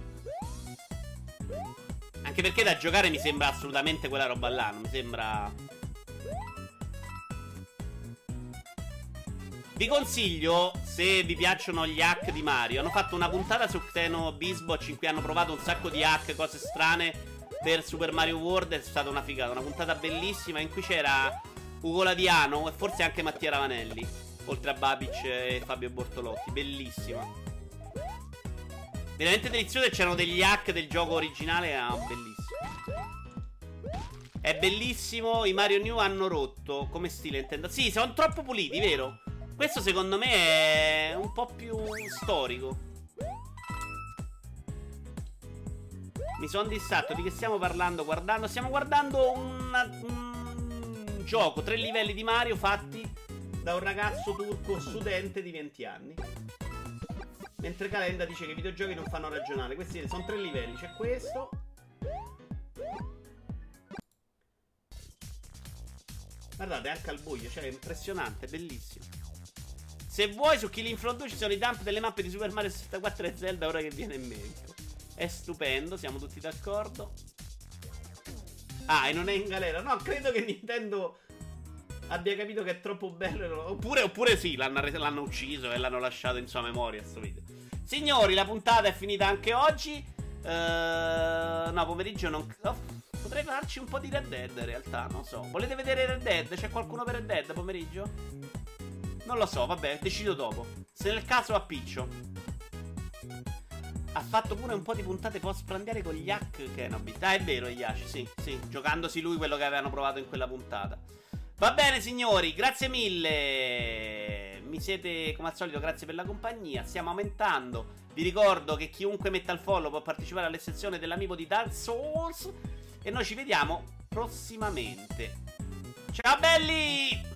Anche perché da giocare mi sembra assolutamente quella roba là. Non mi sembra... Vi consiglio, se vi piacciono gli hack di Mario, hanno fatto una puntata su Xeno Bizbotch in cui hanno provato un sacco di hack, cose strane per Super Mario World. È stata una figata, una puntata bellissima in cui c'era Ugo Ladiano e forse anche Mattia Ravanelli, oltre a Babic e Fabio Bortolotti. Bellissima, veramente deliziosa. E c'erano degli hack del gioco originale, bellissimo. È bellissimo. I Mario New hanno rotto come stile Nintendo. Sì, sono troppo puliti, vero? Questo secondo me è un po' più storico. Mi sono distratto. Di che stiamo parlando? Stiamo guardando un gioco 3 livelli di Mario fatti da un ragazzo turco studente di 20 anni. Mentre Calenda dice che i videogiochi non fanno ragionare. Questi sono 3 livelli. C'è questo. Guardate, anche al buio. Cioè, è impressionante, bellissimo. Se vuoi, su Killing Floor 2 ci sono i dump delle mappe di Super Mario 64 e Zelda, ora che viene in mente. È stupendo, siamo tutti d'accordo. Ah, e non è in galera. No, credo che Nintendo abbia capito che è troppo bello. Oppure sì, l'hanno ucciso e l'hanno lasciato in sua memoria sto video. Signori, la puntata è finita anche oggi. No, pomeriggio non... potrei farci un po' di Red Dead in realtà, non so. Volete vedere Red Dead? C'è qualcuno per Red Dead pomeriggio? Non lo so, vabbè, decido dopo. Se nel caso appiccio. Ha fatto pure un po' di puntate post-prandiare con gli hack Kenobit. Ah, è vero, Yashi, sì, giocandosi lui quello che avevano provato in quella puntata. Va bene, signori, grazie mille. Mi siete, come al solito, grazie per la compagnia. Stiamo aumentando. Vi ricordo che chiunque metta il follow può partecipare alle sezioni dell'amico di Dark Souls. E noi ci vediamo prossimamente. Ciao belli!